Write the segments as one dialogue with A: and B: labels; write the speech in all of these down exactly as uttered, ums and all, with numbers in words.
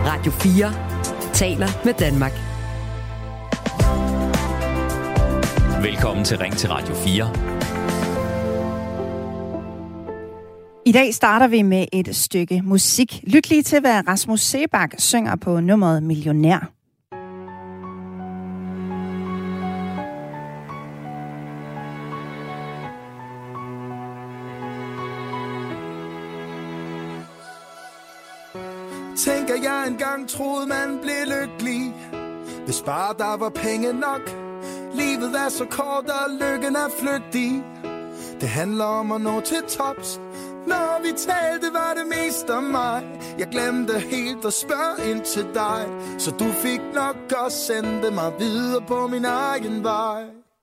A: Radio fire taler med Danmark.
B: Velkommen til Ring til Radio fire.
C: I dag starter vi med et stykke musik. Lyt lige til, hvad Rasmus Seebach synger på nummeret Millionær.
D: Tænker jeg engang troede man blev lykkelig, hvis bare der var penge nok. Livet er så kort, og lykken er flygtig. Det handler om at nå til tops. Når vi talte, var det mest om mig. Jeg glemte helt at spørge ind til dig, så du fik nok og sendte mig videre på min egen vej.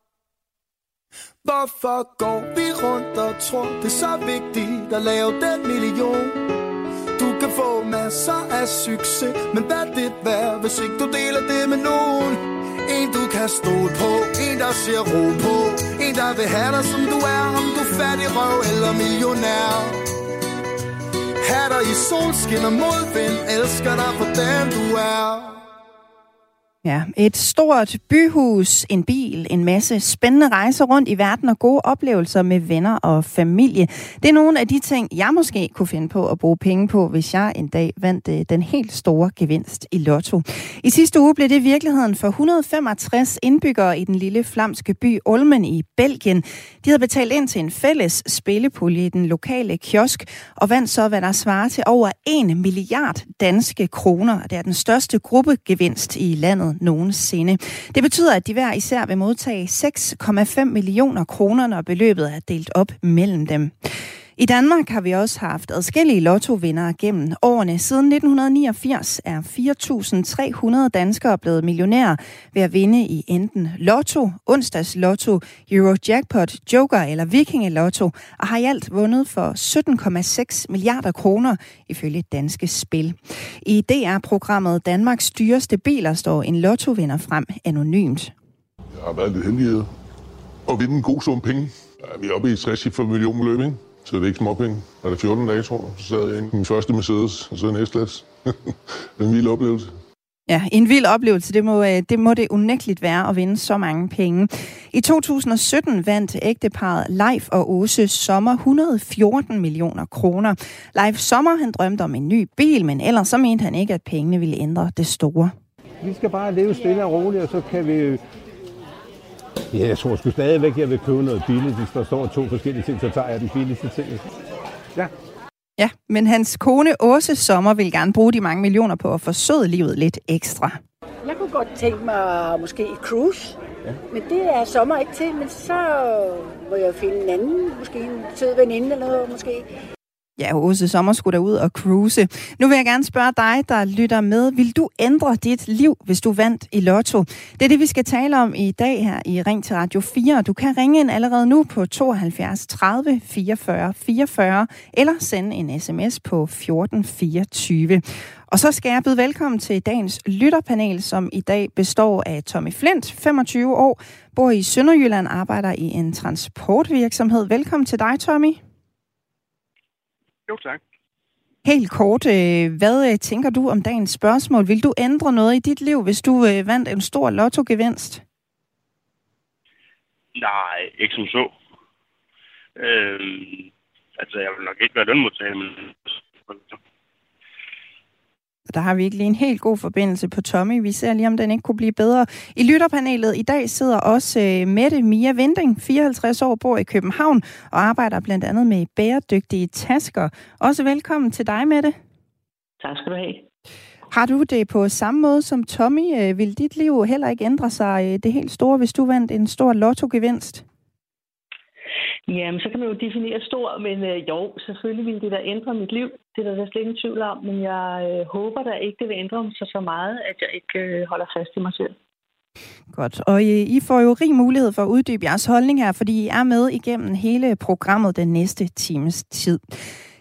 D: Hvorfor går vi rundt og tror, det er så vigtigt at lave den million? Du kan få masser af succes, men hvad er det værd, hvis ikke du deler det med nogen? En du kan stole på, en der siger ro på, en der vil have dig som du er, om du er fattig røv eller millionær. Hatter i solskin og modvind, elsker dig for den du er.
C: Ja, et stort byhus, en bil, en masse spændende rejser rundt i verden og gode oplevelser med venner og familie. Det er nogle af de ting, jeg måske kunne finde på at bruge penge på, hvis jeg en dag vandt den helt store gevinst i Lotto. I sidste uge blev det virkeligheden for et hundrede og femogtres indbyggere i den lille flamske by Olmen i Belgien. De havde betalt ind til en fælles spillepulje i den lokale kiosk og vandt så, hvad der svarer til over en milliard danske kroner. Det er den største gruppegevinst i landet nogensinde. Det betyder, at de hver især vil modtage seks komma fem millioner kroner, når beløbet er delt op mellem dem. I Danmark har vi også haft adskillige lottovindere gennem årene. Siden nitten niogfirs er fire tusind tre hundrede danskere blevet millionærer ved at vinde i enten Lotto, onsdags Lotto, Eurojackpot, Joker eller Vikinge Lotto, og har i alt vundet for sytten komma seks milliarder kroner ifølge Danske Spil. I D R-programmet Danmarks dyreste biler står en lottovinder frem anonymt.
E: Jeg har været lidt heldig at vinde en god sum penge. Vi er oppe i tres millioner beløb, ikke? Så det er ikke småpenge. Var det fjorten dage, tror jeg, så sad jeg i min første Mercedes, og så en S-Class. Det er en vild oplevelse.
C: Ja, en vild oplevelse. Det må, det må det unægteligt være at vinde så mange penge. I to tusind og sytten vandt ægteparret Leif og Åse Sommer et hundrede og fjorten millioner kroner. Leif Sommer, han drømte om en ny bil, men ellers så mente han ikke, at pengene ville ændre det store.
F: Vi skal bare leve stille og roligt, og så kan vi... Ja, jeg tror sgu stadigvæk, jeg vil købe noget billigt. Hvis der står to forskellige ting, så tager jeg den billigste ting. Ja.
C: Ja, men hans kone Åse Sommer vil gerne bruge de mange millioner på at forsøde livet lidt ekstra.
G: Jeg kunne godt tænke mig måske et cruise, ja. Men det er Sommer ikke til. Men så må jeg finde en anden, måske en sød veninde eller noget måske.
C: Ja, Åse Sommer skulle derud og cruise. Nu vil jeg gerne spørge dig, der lytter med. Vil du ændre dit liv, hvis du vandt i Lotto? Det er det, vi skal tale om i dag her i Ring til Radio fire. Du kan ringe ind allerede nu på tooghalvfjerds tredive fireogfyrre fireogfyrre eller sende en sms på fjorten fireogtyve. Og så skal jeg byde velkommen til dagens lytterpanel, som i dag består af Tommy Flint, femogtyve år, bor i Sønderjylland, arbejder i en transportvirksomhed. Velkommen til dig, Tommy.
H: Jo, tak.
C: Helt kort, hvad tænker du om dagens spørgsmål? Vil du ændre noget i dit liv, hvis du vandt en stor lottogevinst?
H: Nej, ikke som så. Øhm, altså, jeg vil nok ikke være lønmodtager, men...
C: Der har vi ikke lige en helt god forbindelse på Tommy. Vi ser lige, om den ikke kunne blive bedre. I lytterpanelet i dag sidder også uh, Mette Mia Vinding, fireoghalvtreds år, bor i København og arbejder blandt andet med bæredygtige tasker. Også velkommen til dig, Mette.
I: Tak skal du have.
C: Har du det på samme måde som Tommy? Vil dit liv heller ikke ændre sig det helt store, hvis du vandt en stor lottogevinst?
I: Jamen, så kan man jo definere stor, men øh, jo, selvfølgelig vil det da ændre mit liv. Det er der slet ingen tvivl om, men jeg øh, håber da ikke, det vil ændre sig så meget, at jeg ikke øh, holder fast i mig selv.
C: Godt, og I, I får jo rig mulighed for at uddybe jeres holdning her, fordi I er med igennem hele programmet den næste times tid.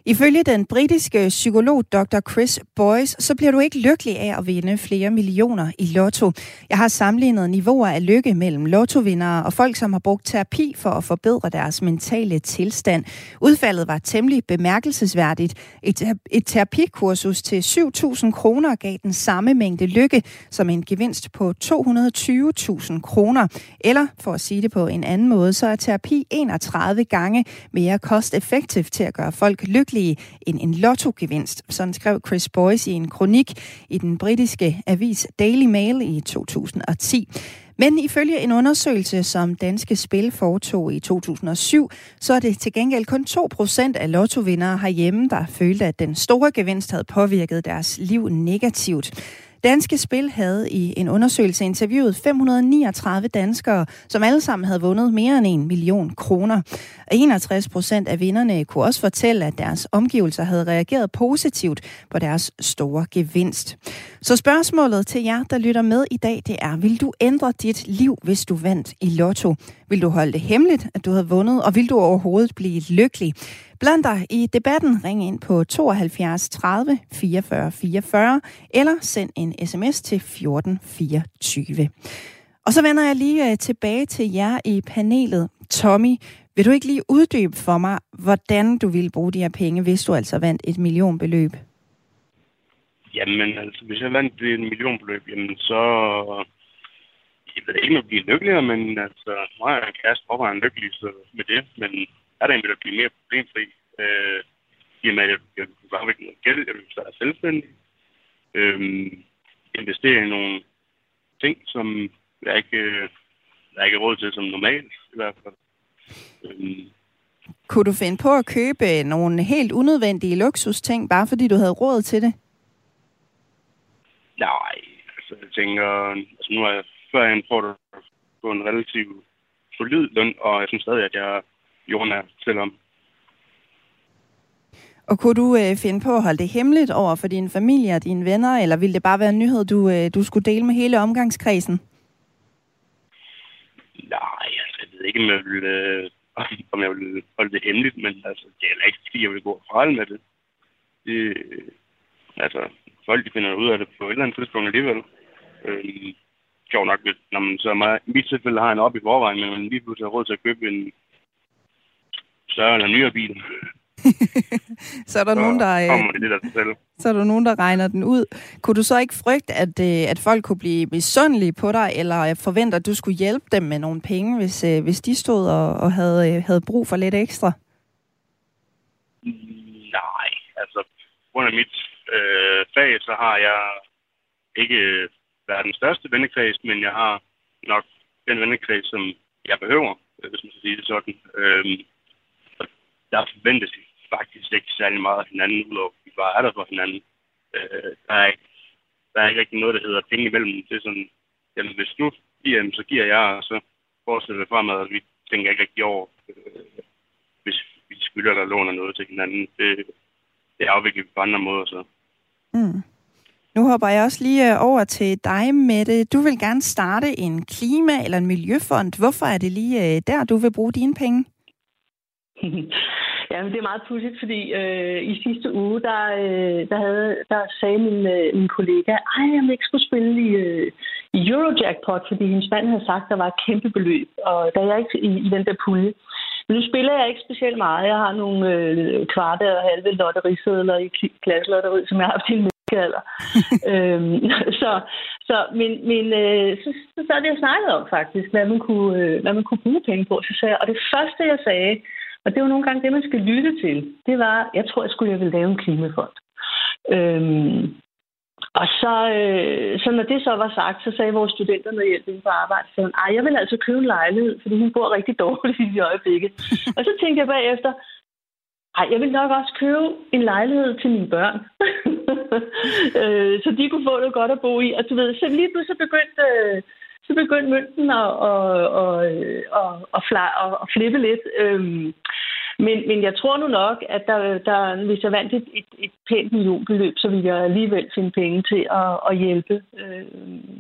C: Ifølge den britiske psykolog doktor Chris Boyce, så bliver du ikke lykkelig af at vinde flere millioner i lotto. Jeg har sammenlignet niveauer af lykke mellem lottovindere og folk, som har brugt terapi for at forbedre deres mentale tilstand. Udfaldet var temmelig bemærkelsesværdigt. Et, et terapikursus til syv tusind kroner gav den samme mængde lykke som en gevinst på to hundrede og tyve tusind kroner. Eller for at sige det på en anden måde, så er terapi enogtredive gange mere cost-effective til at gøre folk lykkelige end en lottogevinst. Sådan skrev Chris Boyce i en kronik i den britiske avis Daily Mail i to tusind og ti. Men ifølge en undersøgelse, som Danske Spil foretog i to tusind og syv, så er det til gengæld kun to procent af lottovindere herhjemme, der følte, at den store gevinst havde påvirket deres liv negativt. Danske Spil havde i en undersøgelse interviewet fem hundrede og niogtredive danskere, som alle sammen havde vundet mere end en million kroner. Og enogtres procent af vinderne kunne også fortælle, at deres omgivelser havde reageret positivt på deres store gevinst. Så spørgsmålet til jer, der lytter med i dag, det er, vil du ændre dit liv, hvis du vandt i lotto? Vil du holde det hemmeligt, at du havde vundet, og vil du overhovedet blive lykkelig? Bland dig i debatten. Ring ind på tooghalvfjerds tredive fireogfyrre fireogfyrre eller send en sms til fjorten fireogtyve. Og så vender jeg lige tilbage til jer i panelet. Tommy, vil du ikke lige uddybe for mig, hvordan du ville bruge de her penge, hvis du altså vandt et millionbeløb?
H: Jamen, altså, hvis jeg vandt et millionbeløb, jamen så... Jeg ved ikke, om jeg bliver lykkeligere, men altså, mig og en kæreste prøver en lykkelig så med det, men er der en, der bliver mere problemfri, øh, i og med, at jeg, jeg kunne afvikle noget gæld, jeg vil starte selvstændig, øh, investere i nogle ting, som jeg ikke, jeg ikke er råd til som normalt, i hvert fald. Øh.
C: Kunne du finde på at købe nogle helt unødvendige luksusting, bare fordi du havde råd til det?
H: Nej, altså jeg tænker, altså nu har jeg førhen prøvet at få en relativt solid løn, og jeg synes stadig, at jeg er jordnær selvom.
C: Og kunne du øh, finde på at holde det hemmeligt over for din familie og dine venner, eller ville det bare være en nyhed, du, øh, du skulle dele med hele omgangskredsen?
H: Nej, altså, jeg ved ikke, om jeg ville, øh, om jeg ville holde det hemmeligt, men altså, det er ikke, fordi jeg vil gå fra med det. det. Altså, folk de finder ud af det på et eller andet tidspunkt alligevel. Øh, sjov nok, når man så meget, i mit tilfælde har en op i forvejen, men man lige pludselig har råd til at købe en større eller nyere bil.
C: så er der
H: så
C: nogen, der,
H: det det der
C: så er der nogen, der regner den ud. Kunne du så ikke frygte, at, at folk kunne blive misundelige på dig, eller forventer, at du skulle hjælpe dem med nogle penge, hvis, hvis de stod og, og havde, havde brug for lidt ekstra?
H: Nej, altså på grund af mit øh, fag, så har jeg ikke været den største vennekreds, men jeg har nok den vennekreds, som jeg behøver, hvis man skal sige det sådan. Øhm, der forventes faktisk ikke særlig meget af hinanden, udover vi bare er der for hinanden. Øh, der, er ikke, der er ikke rigtig noget, der hedder penge imellem. Det er sådan, jamen hvis du giver dem, så giver jeg, og så fortsætter det fremad, og vi tænker ikke rigtig over, øh, hvis vi skylder eller låner noget til hinanden. Det, det afvikler vi på andre måder, så.
C: Mm. Nu hopper jeg også lige over til dig, Mette. Du vil gerne starte en klima- eller en miljøfond. Hvorfor er det lige der, du vil bruge dine penge?
I: Ja, men det er meget pudsigt, fordi øh, i sidste uge, der, øh, der, havde, der sagde min, øh, min kollega, at jeg ikke skulle spille i, øh, i Eurojackpot, fordi hendes mand havde sagt, at der var et kæmpe beløb, og der er jeg ikke i, i den der pulje. Men nu spiller jeg ikke specielt meget. Jeg har nogle øh, kvarte og halve lotterisedler i klasselotteriet, som jeg har haft til alder. øhm, så, så, men, men øh, så, så, så er det, jeg snakkede om faktisk, hvad man, kunne, øh, hvad man kunne bruge penge på. Så sagde jeg, og det første, jeg sagde, og det er jo nogle gange det, man skal lytte til, det var, jeg tror, jeg skulle jeg ville lave en klimafond. Øhm, og så, øh, så når det så var sagt, så sagde vores studenter, når jeg hjalp på arbejde, så ej, jeg vil altså købe en lejlighed, fordi hun bor rigtig dårligt i de øjeblikket. Og så tænkte jeg bagefter, ej, jeg vil nok også købe en lejlighed til mine børn, øh, så de kunne få noget godt at bo i. Og du ved, så lige pludselig begyndte, øh, så begyndte mønten at, og, og, og, og, og, og flippe lidt. Øhm, men, men jeg tror nu nok, at der, der, hvis jeg vandt et, et, et pænt millionbeløb, så ville jeg alligevel finde penge til at, at hjælpe øh,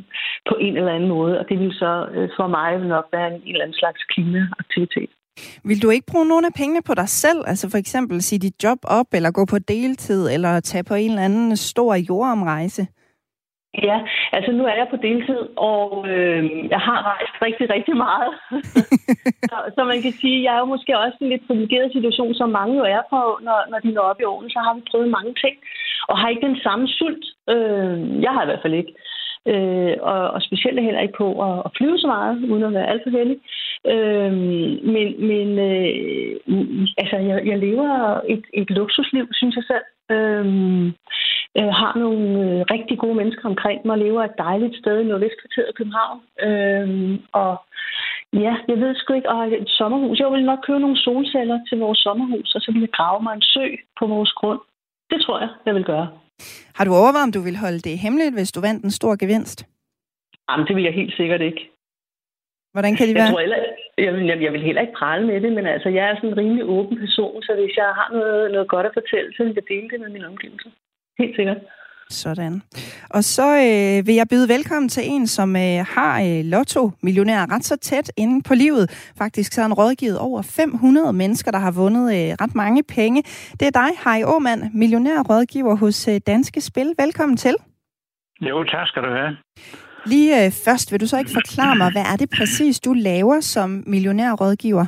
I: på en eller anden måde. Og det vil så øh, for mig nok være en, en eller anden slags klimaaktivitet.
C: Vil du ikke bruge nogle af pengene på dig selv? Altså for eksempel sige dit job op, eller gå på deltid, eller tage på en eller anden stor jordomrejse?
I: Ja, altså nu er jeg på deltid, og øh, jeg har rejst rigtig, rigtig meget. så, så man kan sige, at jeg er jo måske også i en lidt privilegeret situation, som mange jo er på, når, når de når op i årene, så har vi prøvet mange ting, og har ikke den samme sult. Øh, jeg har i hvert fald ikke. Øh, og, og specielt heller ikke på at, at flyve så meget, uden at være alt for heldig. Øh, men men øh, altså, jeg, jeg lever et, et luksusliv, synes jeg selv. Øh, øh, har nogle øh, rigtig gode mennesker omkring mig, lever et dejligt sted i Nordvestkvarteret i København. Øh, og ja, jeg ved sgu ikke, og et sommerhus. Jeg vil nok købe nogle solceller til vores sommerhus, og så vil jeg grave mig en sø på vores grund. Det tror jeg, jeg vil gøre.
C: Har du overvejet, om du vil holde det hemmeligt, hvis du vandt en stor gevinst?
I: Jamen, det vil jeg helt sikkert ikke.
C: Hvordan kan det
I: jeg
C: være?
I: Tror heller, jeg, vil, jeg vil heller ikke prale med det, men altså, jeg er sådan en rimelig åben person, så hvis jeg har noget, noget godt at fortælle, så vil jeg dele det med mine omgivelser. Helt sikkert.
C: Sådan. Og så øh, vil jeg byde velkommen til en, som øh, har øh, lotto-millionær ret så tæt inde på livet. Faktisk så har han rådgivet over fem hundrede mennesker, der har vundet øh, ret mange penge. Det er dig, Harry Aamand, millionærrådgiver hos øh, Danske Spil. Velkommen til.
J: Jo, tak skal du have.
C: Lige øh, først, vil du så ikke forklare mig, hvad er det præcis, du laver som millionærrådgiver?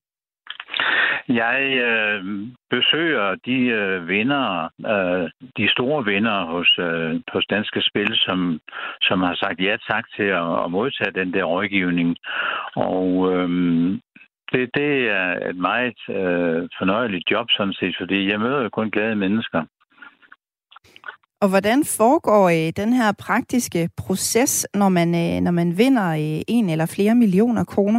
J: Jeg øh, besøger de øh, vinder, øh, de store vinder hos, øh, hos Danske Spil, som, som har sagt ja tak til at, at modtage den der rådgivning. Og øh, det, det er et meget øh, fornøjeligt job sådan set, fordi jeg møder jo kun glade mennesker.
C: Og hvordan foregår øh, den her praktiske proces, når man, øh, når man vinder øh, en eller flere millioner kroner?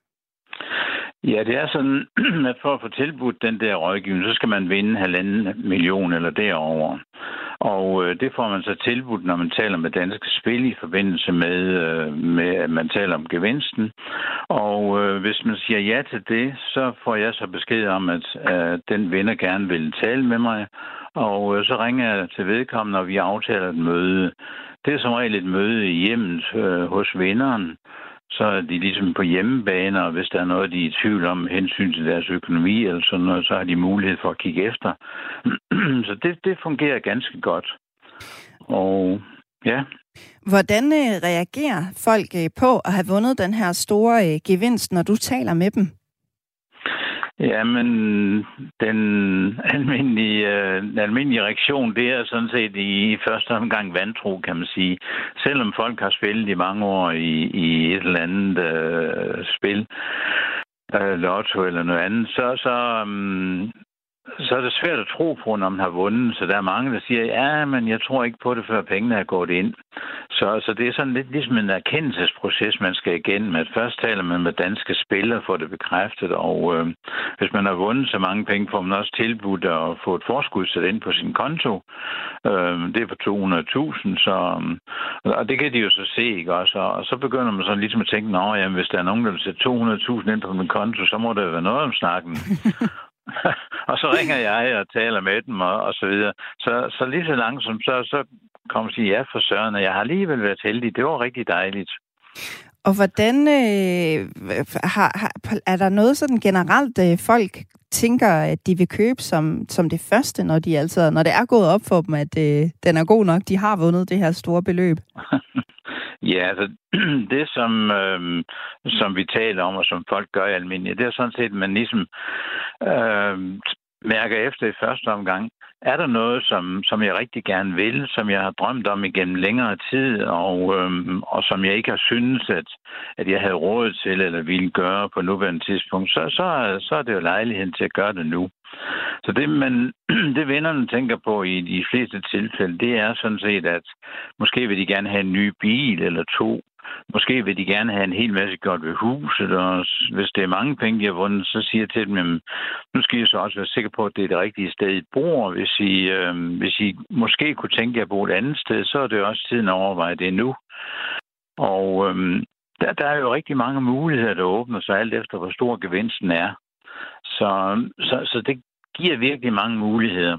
J: Ja, det er sådan, at for at få tilbudt den der rådgivning, så skal man vinde halvanden million eller derover. Og øh, det får man så tilbudt, når man taler med Danske Spil i forbindelse med, øh, med at man taler om gevinsten. Og øh, hvis man siger ja til det, så får jeg så besked om, at øh, den vinder gerne vil tale med mig. Og øh, så ringer jeg til vedkommende, når vi aftaler et møde. Det er som regel et møde i hjemmet øh, hos vinderen. Så er de ligesom på hjemmebane, og hvis der er noget, de er i tvivl om hensyn til deres økonomi eller sådan noget, så har de mulighed for at kigge efter. Så det, det fungerer ganske godt. Og ja.
C: Hvordan øh, reagerer folk øh, på at have vundet den her store øh, gevinst, når du taler med dem?
J: Jamen, den almindelige, øh, den almindelige reaktion, det er sådan set i, i første omgang vantro, kan man sige. Selvom folk har spillet i mange år i, i et eller andet øh, spil, øh, lotto eller noget andet, så, så, um, så er det svært at tro på, når man har vundet. Så der er mange, der siger, ja, men jeg tror ikke på det, før pengene er gået ind. Så, så det er sådan lidt ligesom en erkendelsesproces, man skal igennem. At først taler man med Danske Spil og får det bekræftet, og øh, hvis man har vundet så mange penge, får man også tilbudt at få et forskud sat ind på sin konto. Øh, det er på to hundrede tusind, så, og det kan de jo så se, ikke også? Og så begynder man sådan ligesom at tænke, nå, jamen, hvis der er nogen, der vil sætte to hundrede tusind ind på min konto, så må der være noget om snakken. Og så ringer jeg og taler med dem og, og så videre. Så, så lige så langsomt, så, så kom jeg sige, ja for søren, og jeg har alligevel været heldig. Det var rigtig dejligt.
C: Og hvordan øh, har, har, er der noget sådan generelt, øh, folk tænker, at de vil købe som, som det første, når de altså, når det er gået op for dem, at øh, den er god nok, de har vundet det her store beløb?
J: Ja, altså det, som, øh, som vi taler om, og som folk gør i almindelighed, det er sådan set, at man ligesom øh, mærker efter i første omgang, er der noget, som, som jeg rigtig gerne vil, som jeg har drømt om igennem længere tid, og, øhm, og som jeg ikke har syntes, at, at jeg havde råd til eller ville gøre på nuværende tidspunkt, så, så, så er det jo lejligheden til at gøre det nu. Så det, man, det vennerne tænker på i de fleste tilfælde, det er sådan set, at måske vil de gerne have en ny bil eller to. Måske vil de gerne have en hel masse godt ved huset, og hvis det er mange penge, de har vundet, så siger jeg til dem, jamen, nu skal I så også være sikre på, at det er det rigtige sted, I bor. Hvis I, øh, hvis I måske kunne tænke jer at bo et andet sted, så er det også tiden at overveje det nu. Og øh, der, der er jo rigtig mange muligheder, der åbner sig alt efter, hvor stor gevinsten er. Så, så, så det giver virkelig mange muligheder.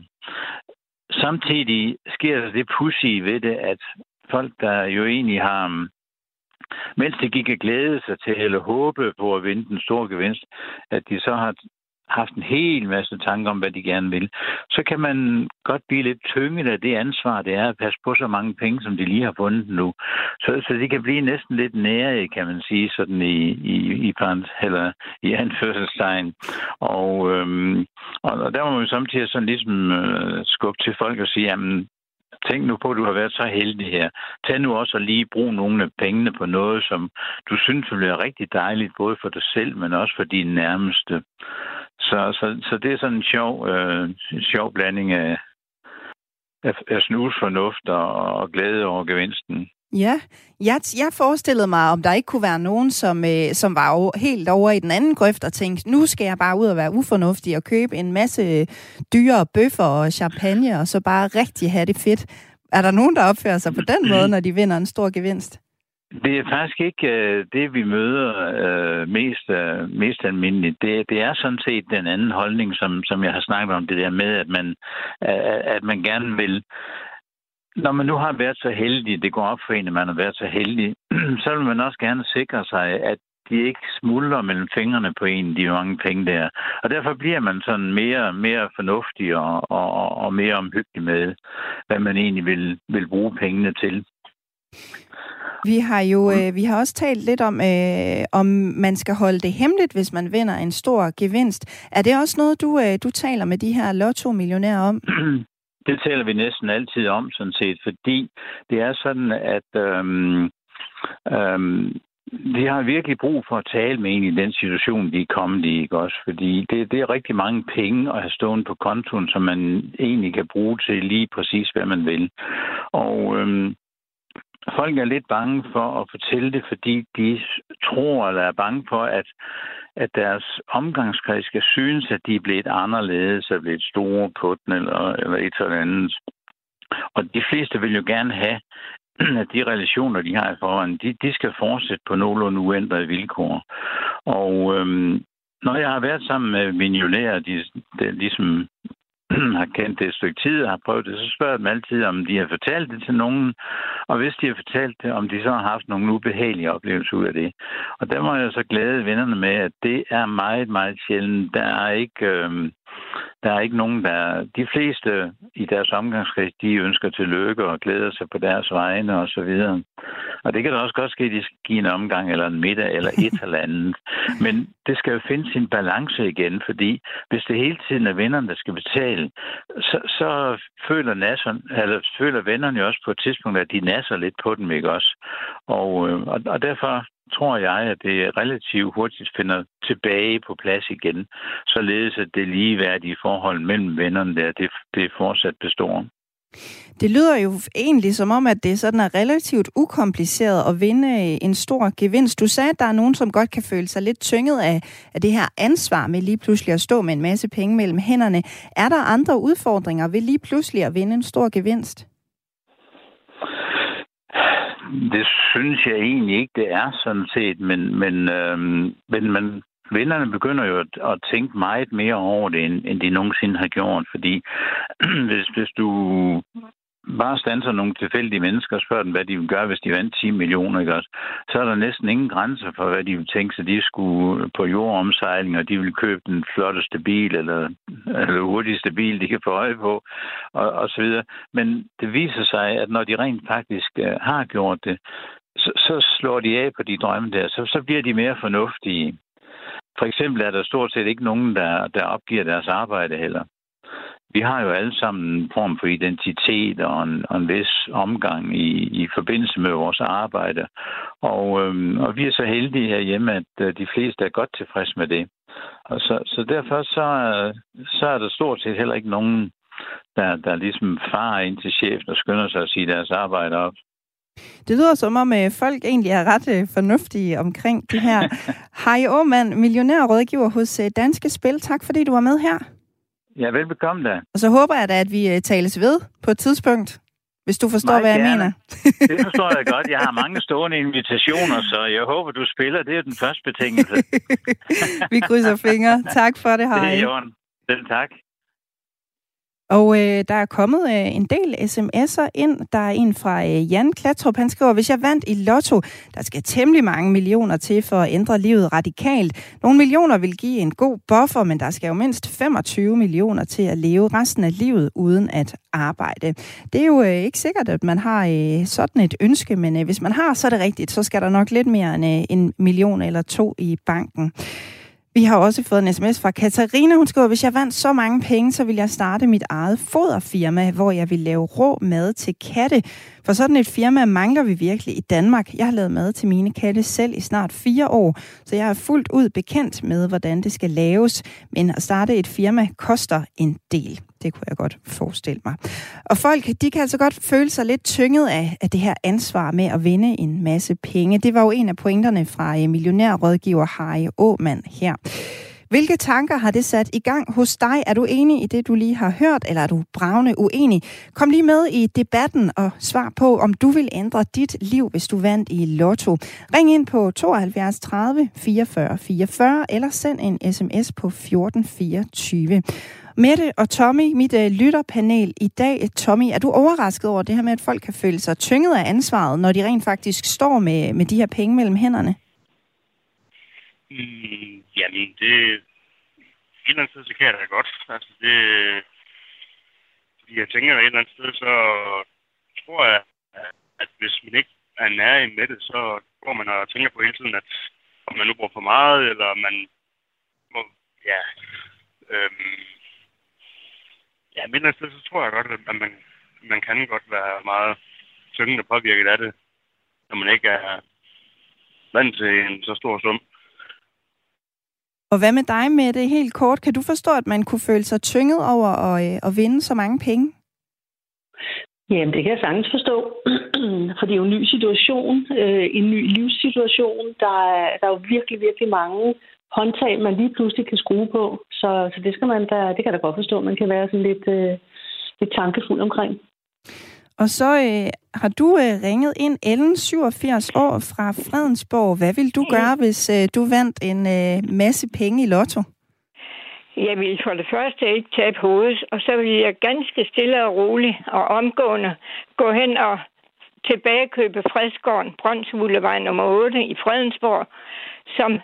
J: Samtidig sker der det pudsige ved det, at folk, der jo egentlig har mens de gik og glæde sig til, eller håbe på at vinde den store gevinst, at de så har haft en hel masse tanker om, hvad de gerne vil, så kan man godt blive lidt tynget af det ansvar, det er at passe på så mange penge, som de lige har fundet nu. Så, så de kan blive næsten lidt nære, kan man sige, sådan i, i, i, parent, eller i anførselstegn. Og, øhm, og der må man samtidig sådan ligesom øh, skubbe til folk og sige, jamen, tænk nu på, at du har været så heldig her. Tag nu også og lige brug nogle af pengene på noget, som du synes vil være rigtig dejligt, både for dig selv, men også for dine nærmeste. Så, så, så det er sådan en sjov, øh, sjov blanding af, af, af snusfornuft og, og glæde over gevinsten.
C: Ja, jeg, jeg forestillede mig, om der ikke kunne være nogen, som, øh, som var jo helt over i den anden grøft og tænkte, nu skal jeg bare ud og være ufornuftig og købe en masse dyre bøffer og champagne, og så bare rigtig have det fedt. Er der nogen, der opfører sig på den måde, når de vinder en stor gevinst?
J: Det er faktisk ikke uh, det, vi møder uh, mest, uh, mest almindeligt. Det, det er sådan set den anden holdning, som, som jeg har snakket om, det der med, at man, uh, at man gerne vil. Når man nu har været så heldig, det går op for en, at man har været så heldig, så vil man også gerne sikre sig, at de ikke smuldrer mellem fingrene på en, de mange penge der. Og derfor bliver man sådan mere, mere fornuftig og, og, og mere omhyggelig med, hvad man egentlig vil, vil bruge pengene til.
C: Vi har jo øh, vi har også talt lidt om, øh, om man skal holde det hemmeligt, hvis man vinder en stor gevinst. Er det også noget, du, øh, du taler med de her lotto-millionærer om?
J: Det taler vi næsten altid om, sådan set, fordi det er sådan, at øhm, øhm, de har virkelig brug for at tale med en i den situation, de er kommet i, ikke også? Fordi det, det er rigtig mange penge at have stående på kontoen, som man egentlig kan bruge til lige præcis, hvad man vil. Og øhm, folk er lidt bange for at fortælle det, fordi de tror eller er bange for, at, at deres omgangskreds skal synes, at de er blevet anderledes, er blevet store på den eller, eller et eller andet. Og de fleste vil jo gerne have, at de relationer, de har i forvejen, de, de skal fortsætte på nogenlunde uændrede vilkår. Og øhm, når jeg har været sammen med millionærer, de, de ligesom har kendt det et stykke tid og har prøvet det, så spørger jeg dem altid, om de har fortalt det til nogen, og hvis de har fortalt det, om de så har haft nogle ubehagelige oplevelser ud af det. Og der må jeg så glæde vennerne med, at det er meget, meget sjældent. Der er ikke, øh, der er ikke nogen, der... De fleste i deres omgangskreds, de ønsker tillykke og glæder sig på deres vegne og så videre. Og det kan da også godt ske, at de skal give en omgang eller en middag eller et eller andet. Men det skal jo finde sin balance igen, fordi hvis det hele tiden er vennerne, der skal betale, så, så føler, nasserne, eller føler vennerne jo også på et tidspunkt, at de nasser lidt på dem, ikke også? Og, og, og derfor tror jeg, at det relativt hurtigt finder tilbage på plads igen, således at det ligeværdige forhold mellem vennerne der, det, det fortsat består.
C: Det lyder jo egentlig som om, at det sådan er relativt ukompliceret at vinde en stor gevinst. Du sagde, at der er nogen, som godt kan føle sig lidt tynget af, af det her ansvar med lige pludselig at stå med en masse penge mellem hænderne. Er der andre udfordringer ved lige pludselig at vinde en stor gevinst?
J: Det synes jeg egentlig ikke, det er sådan set, men, men, øhm, men man, vennerne begynder jo at, at tænke meget mere over det, end, end de nogensinde har gjort, fordi hvis, hvis du bare standser nogle tilfældige mennesker og spørger dem, hvad de vil gøre, hvis de vandt ti millioner, ikke også? Så er der næsten ingen grænser for, hvad de vil tænke sig. De skulle på jordomsejling, og de vil købe den flotteste bil, eller, eller hurtigste bil, de kan få øje på, og, og så videre. Men det viser sig, at når de rent faktisk uh, har gjort det, så, så slår de af på de drømme der. Så, så bliver de mere fornuftige. For eksempel er der stort set ikke nogen, der, der opgiver deres arbejde heller. Vi har jo alle sammen en form for identitet og en, og en vis omgang i, i forbindelse med vores arbejde. Og, øhm, og vi er så heldige herhjemme, at de fleste er godt tilfredse med det. Og så, så derfor så, så er der stort set heller ikke nogen, der, der ligesom farer ind til chefen og skynder sig at sige deres arbejde op.
C: Det lyder som om, at folk egentlig er ret fornuftige omkring det her. Harry Aamand, millionærrådgiver hos Danske Spil. Tak fordi du var med her.
J: Ja, velbekomme da.
C: Og så håber jeg da, at vi tales ved på et tidspunkt, hvis du forstår,
J: meget
C: hvad
J: gerne.
C: Jeg mener.
J: Det forstår jeg godt. Jeg har mange stående invitationer, så jeg håber, du spiller. Det er den første betingelse.
C: Vi krydser fingre. Tak for det, Harry.
J: Det er Jørgen. Selv tak.
C: Og øh, der er kommet øh, en del sms'er ind. Der er en fra øh, Jan Klatrup. Han skriver, hvis jeg vandt i Lotto, der skal temmelig mange millioner til for at ændre livet radikalt. Nogle millioner vil give en god buffer, men der skal jo mindst femogtyve millioner til at leve resten af livet uden at arbejde. Det er jo øh, ikke sikkert, at man har øh, sådan et ønske, men øh, hvis man har, så er det rigtigt. Så skal der nok lidt mere end øh, en million eller to i banken. Vi har også fået en sms fra Katarina. Hun skriver, hvis jeg vandt så mange penge, så vil jeg starte mit eget foderfirma, hvor jeg vil lave rå mad til katte. For sådan et firma mangler vi virkelig i Danmark. Jeg har lavet mad til mine katte selv i snart fire år, så jeg er fuldt ud bekendt med, hvordan det skal laves. Men at starte et firma koster en del. Det kunne jeg godt forestille mig. Og folk, de kan altså godt føle sig lidt tynget af, af det her ansvar med at vinde en masse penge. Det var jo en af pointerne fra millionærrådgiver Harry Aamand her. Hvilke tanker har det sat i gang hos dig? Er du enig i det, du lige har hørt, eller er du bravende uenig? Kom lige med i debatten og svar på, om du vil ændre dit liv, hvis du vandt i Lotto. Ring ind på tooghalvfjerds tredive fireogfyrre fireogfyrre, eller send en sms på fjorten fireogtyve. Mette og Tommy, mit uh, lytterpanel i dag. Tommy, er du overrasket over det her med, at folk kan føle sig tynget af ansvaret, når de rent faktisk står med, med de her penge mellem hænderne?
H: Mm, jamen, det... Et eller andet sted, så kan jeg da godt. Altså, det... Fordi jeg tænker, et eller andet sted, så tror jeg, at hvis man ikke er nær med det, så går man og tænker på hele tiden, at om man nu bruger for meget, eller man... Må, ja... Øhm, Ja, men et eller andet sted, så tror jeg godt, at man, man kan godt være meget tyngende påvirket af det, når man ikke er vant til en så stor sum.
C: Og hvad med dig, med det helt kort? Kan du forstå, at man kunne føle sig tynget over at, øh, at vinde så mange penge?
I: Jamen, det kan jeg sagtens forstå. For det er jo en ny situation, øh, en ny livssituation. Der er, der er jo virkelig, virkelig mange håndtag, man lige pludselig kan skrue på. Så, så det skal man da, det kan jeg da godt forstå, man kan være sådan lidt, øh, lidt tankefuld omkring.
C: Og så øh, har du øh, ringet ind, Ellen, syvogfirs år, fra Fredensborg. Hvad vil du gøre, hvis øh, du vandt en øh, masse penge i Lotto?
K: Jeg vil for det første ikke tabe hovedet, og så vil jeg ganske stille og roligt og omgående gå hen og tilbagekøbe Fredsgården, Brøndsvulevej nummer otte i Fredensborg, som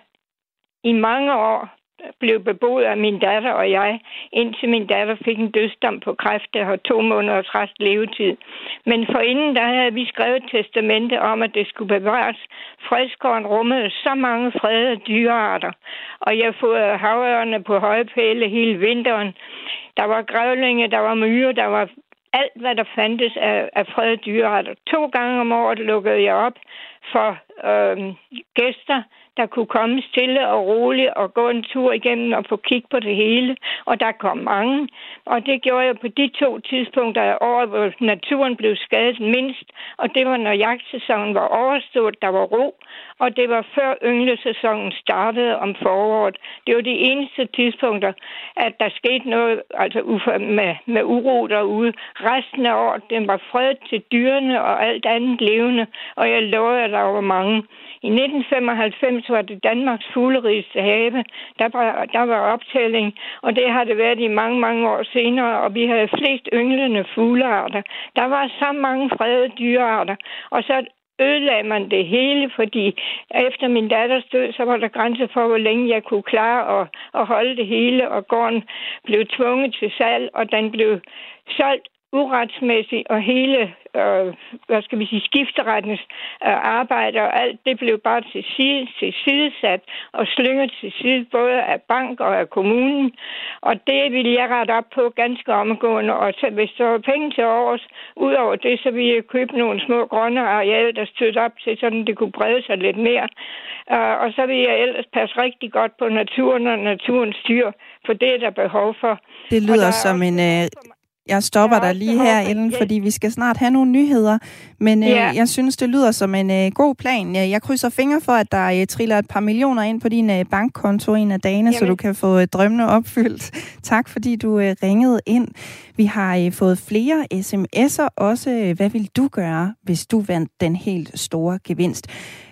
K: i mange år blev beboet af min datter og jeg, indtil min datter fik en dødsdom på kræft og to måneders rest levetid. Men forinden der havde vi skrevet et testamente om, at det skulle bevares. Fredsgården rummede så mange fredede dyrearter, og jeg fodrede havørne på høje pæle hele vinteren. Der var grævlinge, der var myrer, der var alt, hvad der fandtes af, af fredede dyrearter. To gange om året lukkede jeg op for øh, gæster, der kunne komme stille og roligt og gå en tur igennem og få kig på det hele. Og der kom mange. Og det gjorde jeg på de to tidspunkter af året, hvor naturen blev skadet mindst. Og det var, når jagtsæsonen var overstået, der var ro. Og det var før ynglesæsonen startede om foråret. Det var de eneste tidspunkter, at der skete noget altså med, med uro derude. Resten af året, den var fredet til dyrene og alt andet levende. Og jeg lovede, at der var mange. I nitten femoghalvfems var det Danmarks fuglerigeste have. Der var, der var optælling, og det har det været i mange, mange år senere, og vi havde flest ynglende fuglearter. Der var så mange fredede dyrearter, og så ødelagde man det hele, fordi efter min datters død, så var der grænser for, hvor længe jeg kunne klare at, at holde det hele, og gården blev tvunget til salg, og den blev solgt uretsmæssigt, og hele, øh, hvad skal vi sige, skifterettens øh, arbejde og alt, det blev bare til side, til sidesat og slynget til side, både af bank og af kommunen. Og det ville jeg rette op på ganske omgående, og så, hvis der var penge til års, ud over det, så ville jeg købe nogle små grønne arealer, der stødte op til, sådan det kunne brede sig lidt mere. Uh, og så ville jeg ellers passe rigtig godt på naturen og naturens dyr, for det er der behov for.
C: Det lyder som en... Øh... Jeg stopper dig lige her, Ellen, fordi vi skal snart have nogle nyheder. Men øh, ja. jeg synes, det lyder som en øh, god plan. Jeg krydser fingre for, at der øh, triller et par millioner ind på din øh, bankkonto en af dagene, Jamen. så du kan få øh, drømmene opfyldt. Tak, fordi du øh, ringede ind. Vi har øh, fået flere sms'er også. Hvad vil du gøre, hvis du vandt den helt store gevinst?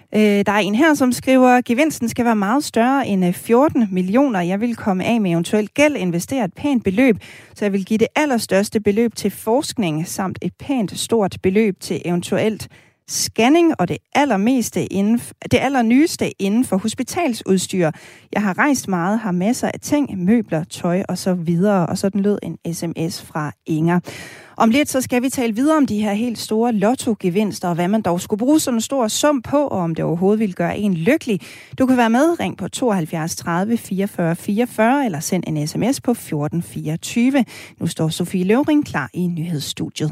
C: Øh, der er en her, som skriver, gevinsten skal være meget større end fjorten millioner. Jeg vil komme af med eventuelt gæld, investere et pænt beløb, så jeg vil give det allerstørste beløb til forskning, samt et pænt stort beløb til eventuelt scanning og det allermeste inden, det allernyeste inden for hospitalsudstyr. Jeg har rejst meget, har masser af ting, møbler, tøj og så videre. Og sådan lød en sms fra Inger. Om lidt så skal vi tale videre om de her helt store lottogevinster, og hvad man dog skulle bruge sådan en stor sum på, og om det overhovedet vil gøre en lykkelig. Du kan være med. Ring på tooghalvfjerds tredive fireogfyrre fireogfyrre eller send en sms på fjorten fireogtyve. Nu står Sofie Løvring klar i nyhedsstudiet.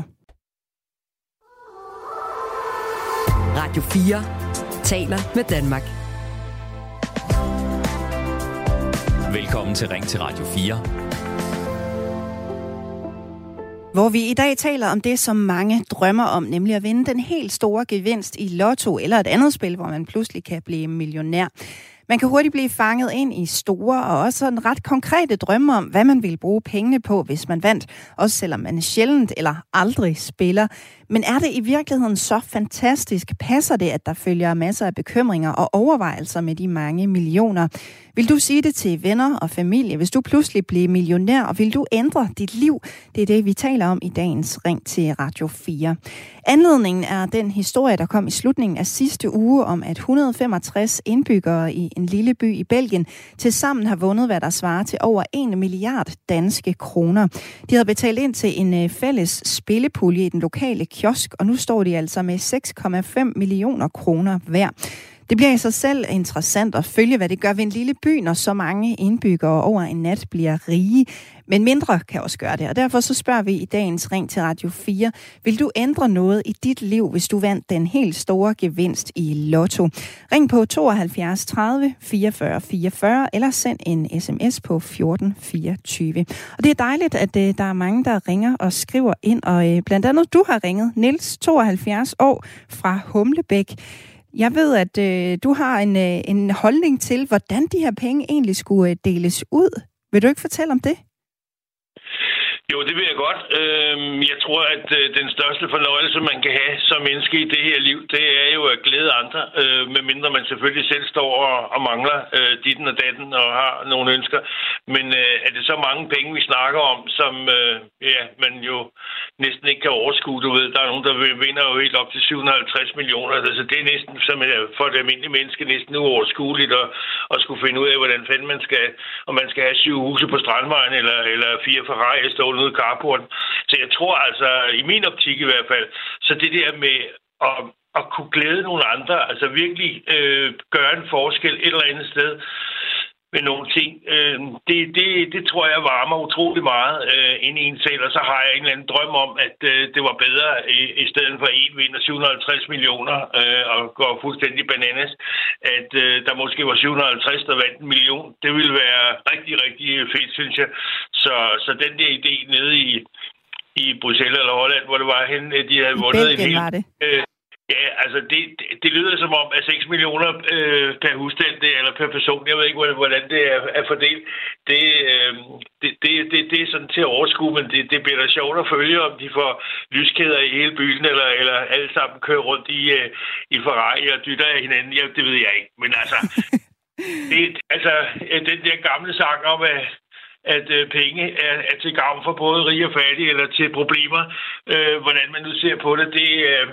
A: Radio fire taler med Danmark.
B: Velkommen til Ring til Radio fire.
C: Hvor vi i dag taler om det, som mange drømmer om, nemlig at vinde den helt store gevinst i lotto eller et andet spil, hvor man pludselig kan blive millionær. Man kan hurtigt blive fanget ind i store og også sådan ret konkrete drømme om, hvad man vil bruge pengene på, hvis man vandt, også selvom man sjældent eller aldrig spiller. Men er det i virkeligheden så fantastisk? Passer det, at der følger masser af bekymringer og overvejelser med de mange millioner? Vil du sige det til venner og familie, hvis du pludselig bliver millionær, og vil du ændre dit liv? Det er det, vi taler om i dagens Ring til Radio fire. Anledningen er den historie, der kom i slutningen af sidste uge om, at et hundrede og femogtres indbyggere i en lille by i Belgien tilsammen har vundet, hvad der svarer til over en milliard danske kroner. De havde betalt ind til en fælles spillepulje i den lokale kiosk, og nu står de altså med seks komma fem millioner kroner hver. Det bliver i sig selv interessant at følge, hvad det gør ved en lille by, når så mange indbyggere over en nat bliver rige. Men mindre kan også gøre det, og derfor så spørger vi i dagens Ring til Radio fire. Vil du ændre noget i dit liv, hvis du vandt den helt store gevinst i lotto? Ring på tooghalvfjerds tredive fireogfyrre fireogfyrre eller send en sms på fjorten fireogtyve. Og det er dejligt, at uh, der er mange, der ringer og skriver ind, og uh, blandt andet du har ringet, Niels, tooghalvfjerds år fra Humlebæk. Jeg ved, at øh, du har en, øh, en holdning til, hvordan de her penge egentlig skulle øh, deles ud. Vil du ikke fortælle om det?
L: Jo, det vil jeg godt. Jeg tror, at den største fornøjelse, man kan have som menneske i det her liv, det er jo at glæde andre, medmindre man selvfølgelig selv står og mangler ditten og datten og har nogle ønsker. Men er det så mange penge, vi snakker om, som ja, man jo næsten ikke kan overskue? Du ved, der er nogen, der vinder jo helt op til syv hundrede og halvtreds millioner. Altså det er næsten som for det almindelige menneske næsten uoverskueligt at, at skulle finde ud af, hvordan fanden man skal, om man skal have syv huse på Strandvejen eller, eller fire Ferrari stående ude i carporten. Så jeg tror altså, i min optik i hvert fald, så det der med at, at kunne glæde nogle andre, altså virkelig øh, gøre en forskel et eller andet sted med nogle ting, øh, det, det, det tror jeg varmer utrolig meget øh, ind i en selv, og så har jeg en eller anden drøm om, at øh, det var bedre i, i stedet for en vinder syv hundrede og halvtreds millioner øh, og går fuldstændig bananas, at øh, der måske var syv hundrede og halvtreds, der vandt en million. Det ville være rigtig, rigtig fedt, synes jeg. Så, så den der idé nede i, i Bruxelles eller Holland, hvor det var henne, de havde vundet en hel... Øh, Ja, altså det, det, det lyder som om, at seks millioner øh, per husstand, det, eller per person, jeg ved ikke, hvordan det er, er fordelt, det, øh, det, det, det, det er sådan til at overskue, men det, det bliver da sjovt at følge, om de får lyskæder i hele byen, eller, eller alle sammen kører rundt i, øh, i Ferrari og dytter af hinanden. Ja, det ved jeg ikke, men altså, det, altså den der gamle sang om, at at øh, penge er, er til gavn for både rige og fattige, eller til problemer, øh, hvordan man nu ser på det, det øh,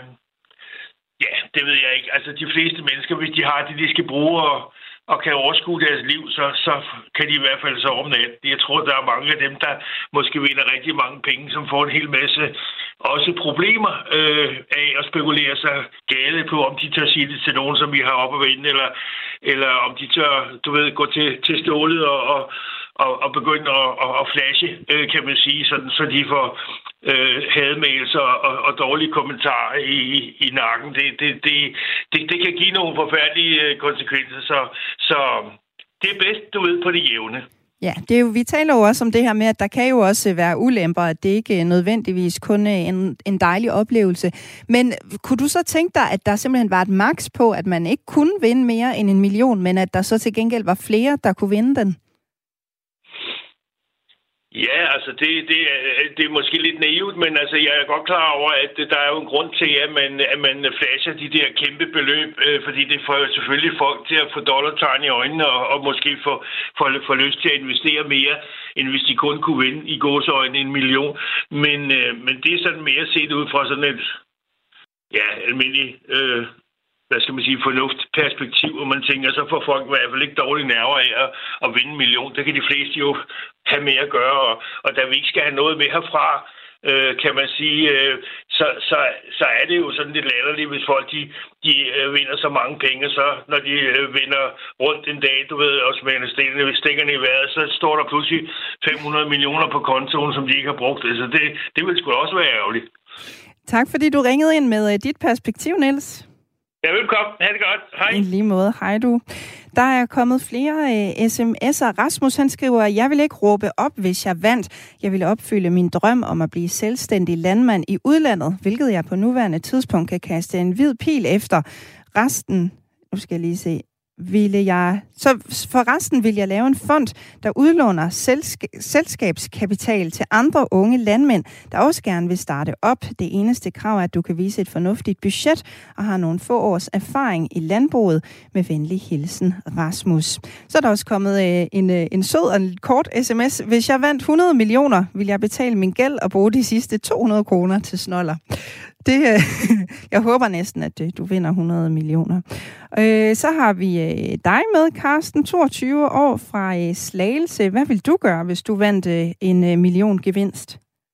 L: ja, det ved jeg ikke. Altså, de fleste mennesker, hvis de har det, de skal bruge og, og kan overskue deres liv, så, så kan de i hvert fald sove om natten. Jeg tror, der er mange af dem, der måske vinder rigtig mange penge, som får en hel masse også problemer øh, af at spekulere sig gale på, om de tør sige det til nogen, som vi har oppe at vinde, eller, eller om de tør, du ved, gå til, til stålet og, og, og, og begynde at, at, at flashe, øh, kan man sige, sådan, så de får øh, hademails og, og, og dårlige kommentarer i, i nakken. Det, det, det, det, det kan give nogle forfærdelige konsekvenser, så, så det er bedst, du ved, på det jævne.
C: Ja, det er jo, vi taler jo også om det her med, at der kan jo også være ulemper, at det ikke er nødvendigvis kun en, en dejlig oplevelse. Men kunne du så tænke dig, at der simpelthen var et maks på, at man ikke kunne vinde mere end en million, men at der så til gengæld var flere, der kunne vinde den?
L: Ja, altså det, det, er, det er måske lidt naivt, men altså jeg er godt klar over, at der er jo en grund til, at man, at man flasher de der kæmpe beløb, øh, fordi det får jo selvfølgelig folk til at få dollartegn i øjnene og, og måske få, få, få lyst til at investere mere, end hvis de kun kunne vinde i gåseøjne en million. Men, øh, men det er sådan mere set ud fra sådan et ja, almindeligt øh, hvad skal man sige, fornuftperspektiv, og man tænker, så får folk i hvert fald ikke dårlige nerver af at, at vinde en million. Det kan de fleste jo have med at gøre, og, og da vi ikke skal have noget med herfra, øh, kan man sige, øh, så, så, så er det jo sådan lidt latterligt, hvis folk de, de øh, vinder så mange penge, så når de øh, vinder rundt en dag, du ved, og smager stikkerne, stikkerne i vejret, så står der pludselig fem hundrede millioner på kontoen, som de ikke har brugt. Altså det, det vil sgu også være ærgerligt.
C: Tak fordi du ringede ind med uh, dit perspektiv, Niels.
L: Ja, velkommen. Ha' det godt. Hej.
C: I lige måde. Hej du. Der er kommet flere uh, sms'er. Rasmus han skriver, jeg vil ikke råbe op, hvis jeg vandt. Jeg ville opfylde min drøm om at blive selvstændig landmand i udlandet, hvilket jeg på nuværende tidspunkt kan kaste en hvid pil efter. Resten, nu skal jeg lige se, ville jeg, så for resten vil jeg lave en fond, der udlåner selsk- selskabskapital til andre unge landmænd, der også gerne vil starte op. Det eneste krav er, at du kan vise et fornuftigt budget og har nogle få års erfaring i landbruget. Med venlig hilsen, Rasmus. Så er der også kommet øh, en, øh, en sød og en kort sms. Hvis jeg vandt hundrede millioner, vil jeg betale min gæld og bruge de sidste to hundrede kroner til snoller. Det, øh, jeg håber næsten, at øh, du vinder hundrede millioner. Øh, så har vi øh, dig med, Carsten, toogtyve år fra øh, Slagelse. Hvad vil du gøre, hvis du vandt øh, en øh, million gevinst?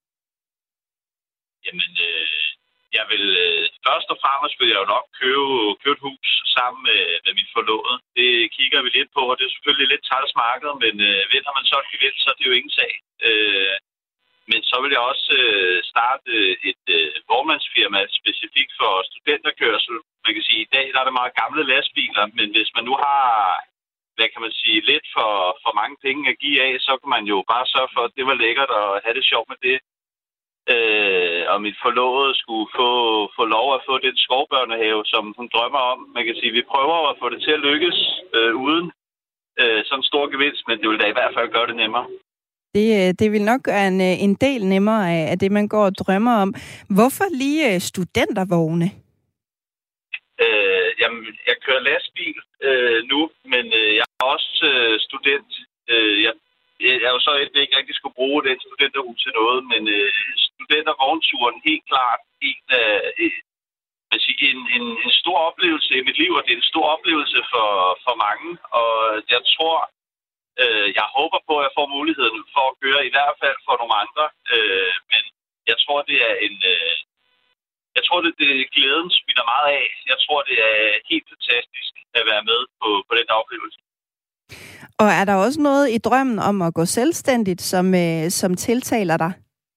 M: Jamen, øh, jeg vil øh, først og fremmest vil jeg jo nok købe, købe et hus sammen med, med min forlovede. Det kigger vi lidt på, og det er selvfølgelig lidt træls marked, men øh, vinder man så et gevinst, så er det jo ingen sag. Øh, Men så vil jeg også øh, starte et øh, vognmandsfirma specifikt for studenterkørsel. Man kan sige, at i dag der er det meget gamle lastbiler, men hvis man nu har, hvad kan man sige, lidt for, for mange penge at give af, så kan man jo bare sørge for, at det var lækkert og have det sjovt med det. Øh, og mit forlovede skulle få, få lov at få den skovbørnehave, som hun drømmer om. Man kan sige, at vi prøver at få det til at lykkes øh, uden øh, sådan en stor gevinst, men det vil da i hvert fald gøre det nemmere.
C: Det, det vil nok være en, en del nemmere af, af det, man går og drømmer om. Hvorfor lige studentervogne?
M: Øh, jamen, jeg kører lastbil øh, nu, men øh, jeg er også øh, student. Øh, jeg, jeg er jo så et, ikke rigtig skulle bruge den studenterhus til noget, men øh, studentervognturen helt klart en, øh, man siger, en, en, en stor oplevelse i mit liv, og det er en stor oplevelse for, for mange. Og jeg tror, øh, jeg håber på, at jeg får muligheden for at køre, i hvert fald for nogle andre. Øh, men jeg tror, det er en... Øh, Jeg tror, det, det glæden spiller meget af. Jeg tror, det er helt fantastisk at være med på, på den oplevelse.
C: Og er der også noget i drømmen om at gå selvstændigt, som, øh, som tiltaler dig?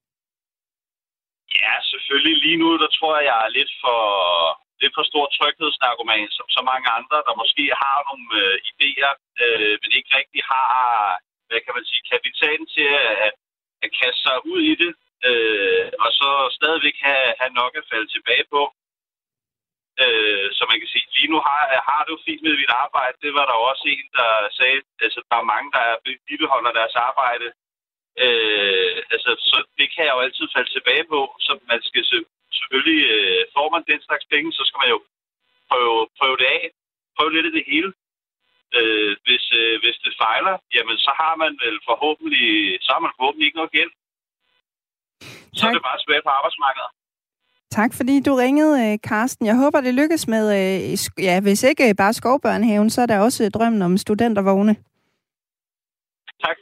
M: Ja, selvfølgelig. Lige nu, der tror jeg, jeg er lidt for, lidt for stor tryghedsnarkoman, som så mange andre, der måske har nogle øh, idéer, øh, men ikke rigtig har, hvad kan man sige, kapitalen til at, at kaste sig ud i det. Øh, og så stadigvæk have, have nok at falde tilbage på. Øh, så man kan sige, lige nu har, har det jo fint med mit arbejde. Det var der også en, der sagde, altså der er mange, der bibeholder deres arbejde. Øh, altså, så det kan jeg jo altid falde tilbage på. Så man skal selvfølgelig, øh, får man den slags penge, så skal man jo prøve, prøve det af. Prøve lidt af det hele. Øh, hvis, øh, hvis det fejler, jamen så har man vel forhåbentlig, så har man forhåbentlig ikke noget gæld. Så er det bare tilbage på arbejdsmarkedet.
C: Tak fordi du ringede, Carsten. Jeg håber, det lykkes med, ja, hvis ikke bare skovbørnehaven, så er der også drømmen om studentervogne.
M: Tak.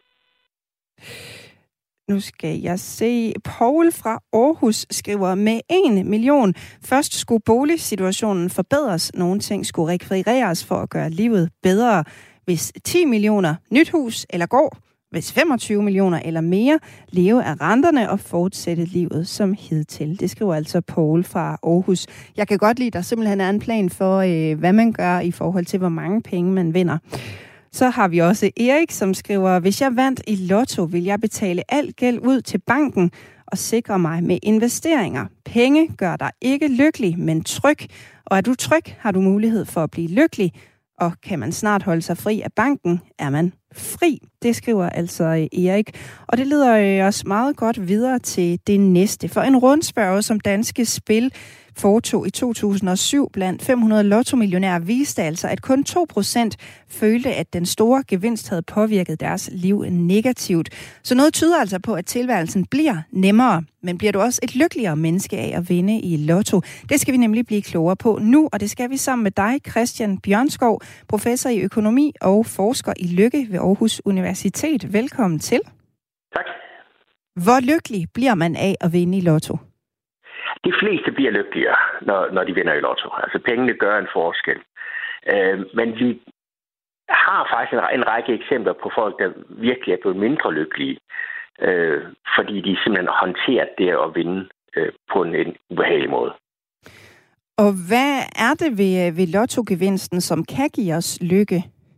C: Nu skal jeg se. Paul fra Aarhus skriver, med en million. Først skulle boligsituationen forbedres. Nogle ting skulle rekvireres for at gøre livet bedre. Hvis ti millioner, nyt hus eller gård. Hvis femogtyve millioner eller mere, leve af renterne og fortsætte livet som hidtil. Det skriver altså Paul fra Aarhus. Jeg kan godt lide, at der simpelthen er en plan for, øh, hvad man gør i forhold til, hvor mange penge man vinder. Så har vi også Erik, som skriver, hvis jeg vandt i lotto, vil jeg betale al gæld ud til banken og sikre mig med investeringer. Penge gør dig ikke lykkelig, men tryg. Og er du tryg, har du mulighed for at blive lykkelig. Og kan man snart holde sig fri af banken, er man fri. Det skriver altså Erik. Og det leder os meget godt videre til det næste. For en rundspørge, som Danske Spil foretog i to tusind og syv blandt fem hundrede lottomillionærer, viste altså, at kun to procent følte, at den store gevinst havde påvirket deres liv negativt. Så noget tyder altså på, at tilværelsen bliver nemmere. Men bliver du også et lykkeligere menneske af at vinde i lotto? Det skal vi nemlig blive klogere på nu, og det skal vi sammen med dig, Christian Bjørnskov, professor i økonomi og forsker i lykke ved Aarhus Universitet. Velkommen til.
N: Tak.
C: Hvor lykkelig bliver man af at vinde i lotto?
N: De fleste bliver lykkeligere, når, når de vinder i lotto. Altså pengene gør en forskel. Øh, men vi har faktisk en, en række eksempler på folk, der virkelig er blevet mindre lykkelige, øh, fordi de simpelthen har håndteret det at vinde øh, på en, en ubehagelig måde.
C: Og hvad er det ved, ved lottogevinsten, som kan give os lykke?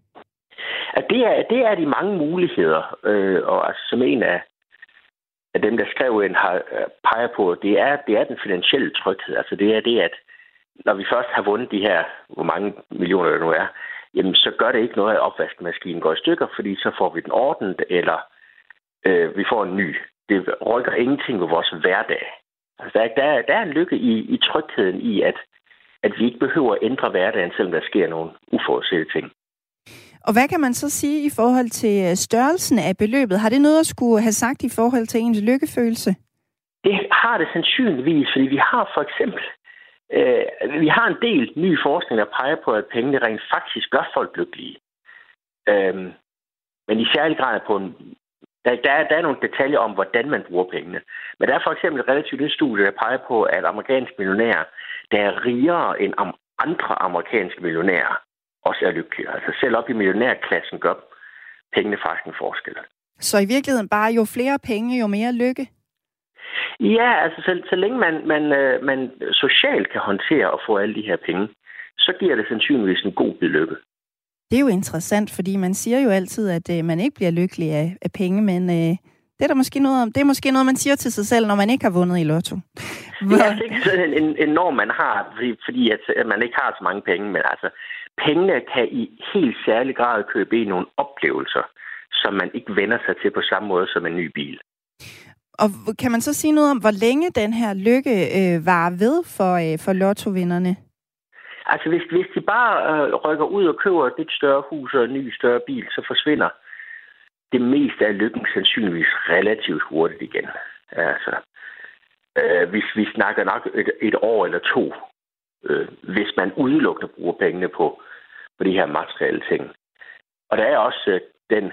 N: At det, er, det er de mange muligheder, øh, og altså, som en af at dem, der skrev ind, har peger på, det er, det er den finansielle tryghed. Altså det er det, at når vi først har vundet de her, hvor mange millioner der nu er, jamen så gør det ikke noget, at opvaskemaskinen går i stykker, fordi så får vi den ordnet, eller øh, vi får en ny. Det rykker ingenting ved vores hverdag. Altså der, der, der er en lykke i, i trygheden i, at, at vi ikke behøver at ændre hverdagen, selvom der sker nogle uforudsete ting.
C: Og hvad kan man så sige i forhold til størrelsen af beløbet? Har det noget at skulle have sagt i forhold til ens lykkefølelse?
N: Det har det sandsynligvis, fordi vi har for eksempel øh, vi har en del ny forskning, der peger på, at pengene rent faktisk gør folk lykkelige. Øhm, men i særlig grad på en... Der, der, er, der er nogle detaljer om, hvordan man bruger pengene. Men der er for eksempel et relativt nyt studie, der peger på, at amerikanske millionærer, der er rigere end andre amerikanske millionærer, også er lykkelige. Altså selv op i millionærklassen gør pengene faktisk en forskel.
C: Så i virkeligheden bare jo flere penge, jo mere lykke?
N: Ja, altså så, så længe man, man, man socialt kan håndtere og få alle de her penge, så giver det sandsynligvis en god bid lykke.
C: Det er jo interessant, fordi man siger jo altid, at øh, man ikke bliver lykkelig af, af penge, men øh, det er der måske noget om. Det er måske noget, man siger til sig selv, når man ikke har vundet i lotto.
N: Det er altså ikke sådan en, en norm, man har, fordi, fordi at, at man ikke har så mange penge, men altså pengene kan i helt særlig grad købe i nogle oplevelser, som man ikke vender sig til på samme måde som en ny bil.
C: Og kan man så sige noget om, hvor længe den her lykke øh, var ved for, øh, for lottovinderne?
N: Altså, hvis, hvis de bare øh, rykker ud og køber et lidt større hus og en ny større bil, så forsvinder det meste af lykken sandsynligvis relativt hurtigt igen. Altså, øh, hvis vi snakker nok et, et år eller to, øh, hvis man udelukkende bruger pengene på, på de her materielle ting. Og der er også øh, den,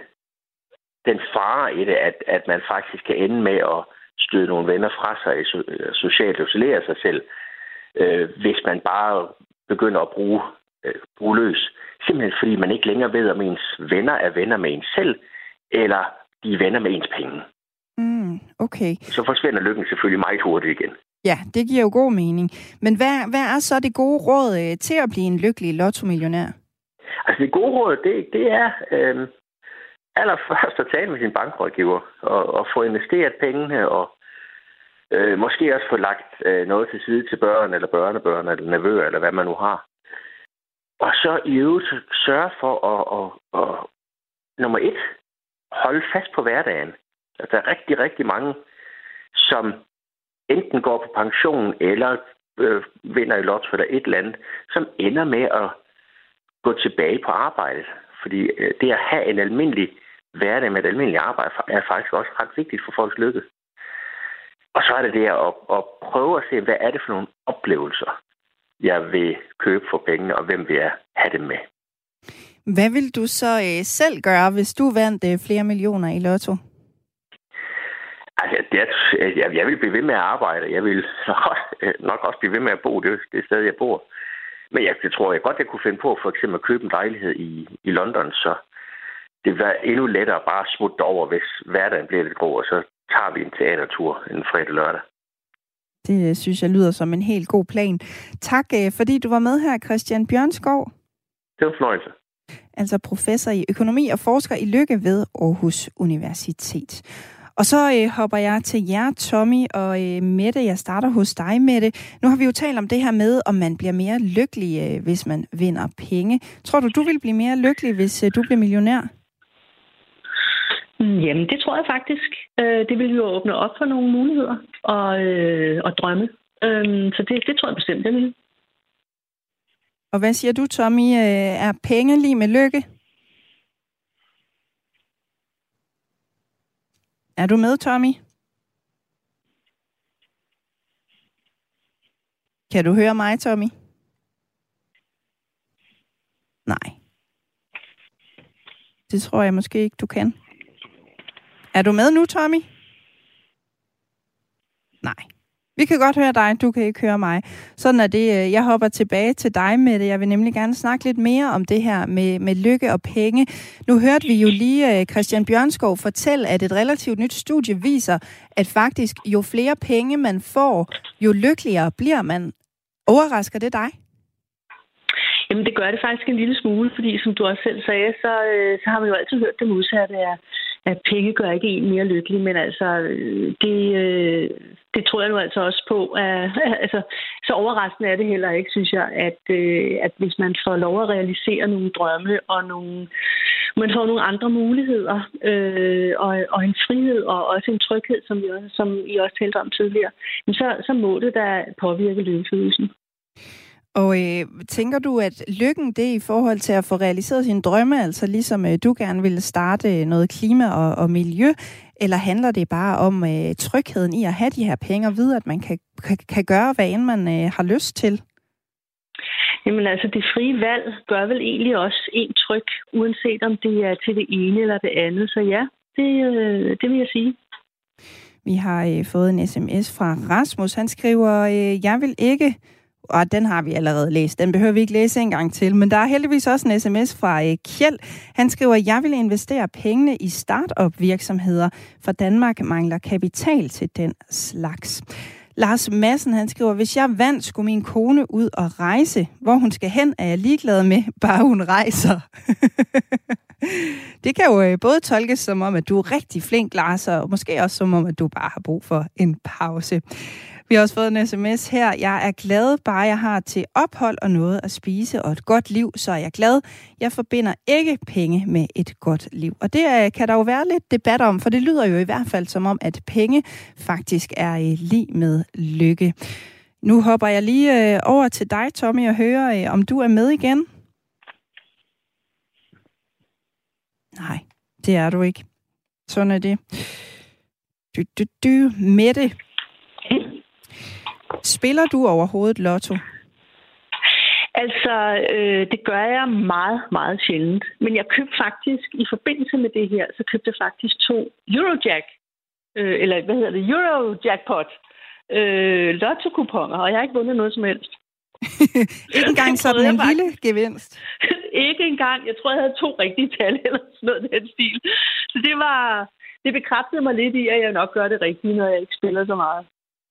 N: den fare i det, at, at man faktisk kan ende med at støde nogle venner fra sig, socialt isolere sig selv, øh, hvis man bare begynder at bruge, øh, bruge løs. Simpelthen fordi man ikke længere ved, om ens venner er venner med ens selv, eller de er venner med ens penge.
C: Mm, okay.
N: Så forsvinder lykken selvfølgelig meget hurtigt igen.
C: Ja, det giver jo god mening. Men hvad, hvad er så det gode råd øh, til at blive en lykkelig lottomillionær?
N: Altså det gode råd, det, det er øh, allerførst at tale med sin bankrådgiver og, og få investeret pengene og Øh, måske også få lagt øh, noget til side til børn, eller børnebørn, eller nevøer, eller hvad man nu har. Og så i øvrigt sørge for at, at, at, at nummer et, holde fast på hverdagen. Altså, der er rigtig, rigtig mange, som enten går på pension, eller øh, vinder i lotto eller et eller andet, som ender med at gå tilbage på arbejdet. Fordi øh, det at have en almindelig hverdag med et almindeligt arbejde, er faktisk også ret vigtigt for folks lykke. Og så er det det at, at prøve at se, hvad er det for nogle oplevelser, jeg vil købe for pengene, og hvem vil jeg have dem med.
C: Hvad vil du så øh, selv gøre, hvis du vandt øh, flere millioner i lotto?
N: Altså, det, jeg, jeg vil blive ved med at arbejde. Jeg vil nok også blive ved med at bo det, det sted, jeg bor. Men jeg, jeg tror jeg godt, jeg kunne finde på for eksempel at købe en lejlighed i, i London, så det vil være endnu lettere bare at smutte over, hvis hverdagen bliver lidt grå, og så tager vi en teatertur en fredag lørdag.
C: Det synes jeg lyder som en helt god plan. Tak, fordi du var med her, Christian Bjørnskov.
N: Det var en fornøjelse.
C: Altså professor i økonomi og forsker i lykke ved Aarhus Universitet. Og så øh, hopper jeg til jer, Tommy og øh, Mette. Jeg starter hos dig, Mette. Nu har vi jo talt om det her med, om man bliver mere lykkelig, øh, hvis man vinder penge. Tror du, du vil blive mere lykkelig, hvis øh, du bliver millionær?
I: Jamen, det tror jeg faktisk. Det vil jo åbne op for nogle muligheder og, øh, og drømme. Så det, det tror jeg bestemt, det vil.
C: Og hvad siger du, Tommy? Er penge lige med lykke? Er du med, Tommy? Kan du høre mig, Tommy? Nej. Det tror jeg måske ikke, du kan. Er du med nu, Tommy? Nej. Vi kan godt høre dig, du kan ikke høre mig. Sådan er det. Jeg hopper tilbage til dig, Mette. Jeg vil nemlig gerne snakke lidt mere om det her med, med lykke og penge. Nu hørte vi jo lige Christian Bjørnskov fortælle, at et relativt nyt studie viser, at faktisk jo flere penge man får, jo lykkeligere bliver man. Overrasker det dig?
I: Jamen, det gør det faktisk en lille smule, fordi som du også selv sagde, så, så har man jo altid hørt det modsatte af, at penge gør ikke en mere lykkelig, men altså, det, det tror jeg nu altså også på. At, altså, så overraskende er det heller ikke, synes jeg, at, at hvis man får lov at realisere nogle drømme og nogle, man får nogle andre muligheder øh, og, og en frihed og også en tryghed, som, I, som I også talte om tidligere, så, så må det da påvirke lykkefølelsen.
C: Og øh, tænker du, at lykken det er i forhold til at få realiseret sine drømme, altså ligesom øh, du gerne ville starte noget klima og, og miljø, eller handler det bare om øh, trygheden i at have de her penge og vide, at man kan, kan, kan gøre, hvad end man øh, har lyst til?
I: Jamen altså, det frie valg gør vel egentlig også en tryg, uanset om det er til det ene eller det andet. Så ja, det, øh, det vil jeg sige.
C: Vi har øh, fået en sms fra Rasmus. Han skriver, øh, jeg vil ikke... Og den har vi allerede læst. Den behøver vi ikke læse en gang til. Men der er heldigvis også en sms fra øh, Kjeld. Han skriver, jeg vil investere pengene i start-up virksomheder, for Danmark mangler kapital til den slags. Lars Madsen, han skriver, hvis jeg vandt, skulle min kone ud og rejse. Hvor hun skal hen, er jeg ligeglad med, bare hun rejser. Det kan jo øh, både tolkes som om, at du er rigtig flink, Lars, og måske også som om, at du bare har brug for en pause. Vi har også fået en sms her. Jeg er glad, bare jeg har til ophold og noget at spise og et godt liv, så er jeg glad. Jeg forbinder ikke penge med et godt liv. Og det kan der jo være lidt debat om, for det lyder jo i hvert fald som om, at penge faktisk er lig med lykke. Nu hopper jeg lige over til dig, Tommy, og hører, om du er med igen. Nej, det er du ikke. Sådan er det. Du, du, du. Mette. Spiller du overhovedet lotto?
I: Altså, øh, det gør jeg meget, meget sjældent. Men jeg købte faktisk, i forbindelse med det her, så købte jeg faktisk to Eurojack, øh, eller hvad hedder det, Eurojackpot øh, lotto-kuponer, og jeg har ikke vundet noget som helst.
C: Ikke engang sådan en lille gevinst?
I: Ikke engang. Jeg tror, jeg havde to rigtige tal, eller sådan noget den stil. Så det var, det bekræftede mig lidt i, at jeg nok gør det rigtigt, når jeg ikke spiller så meget.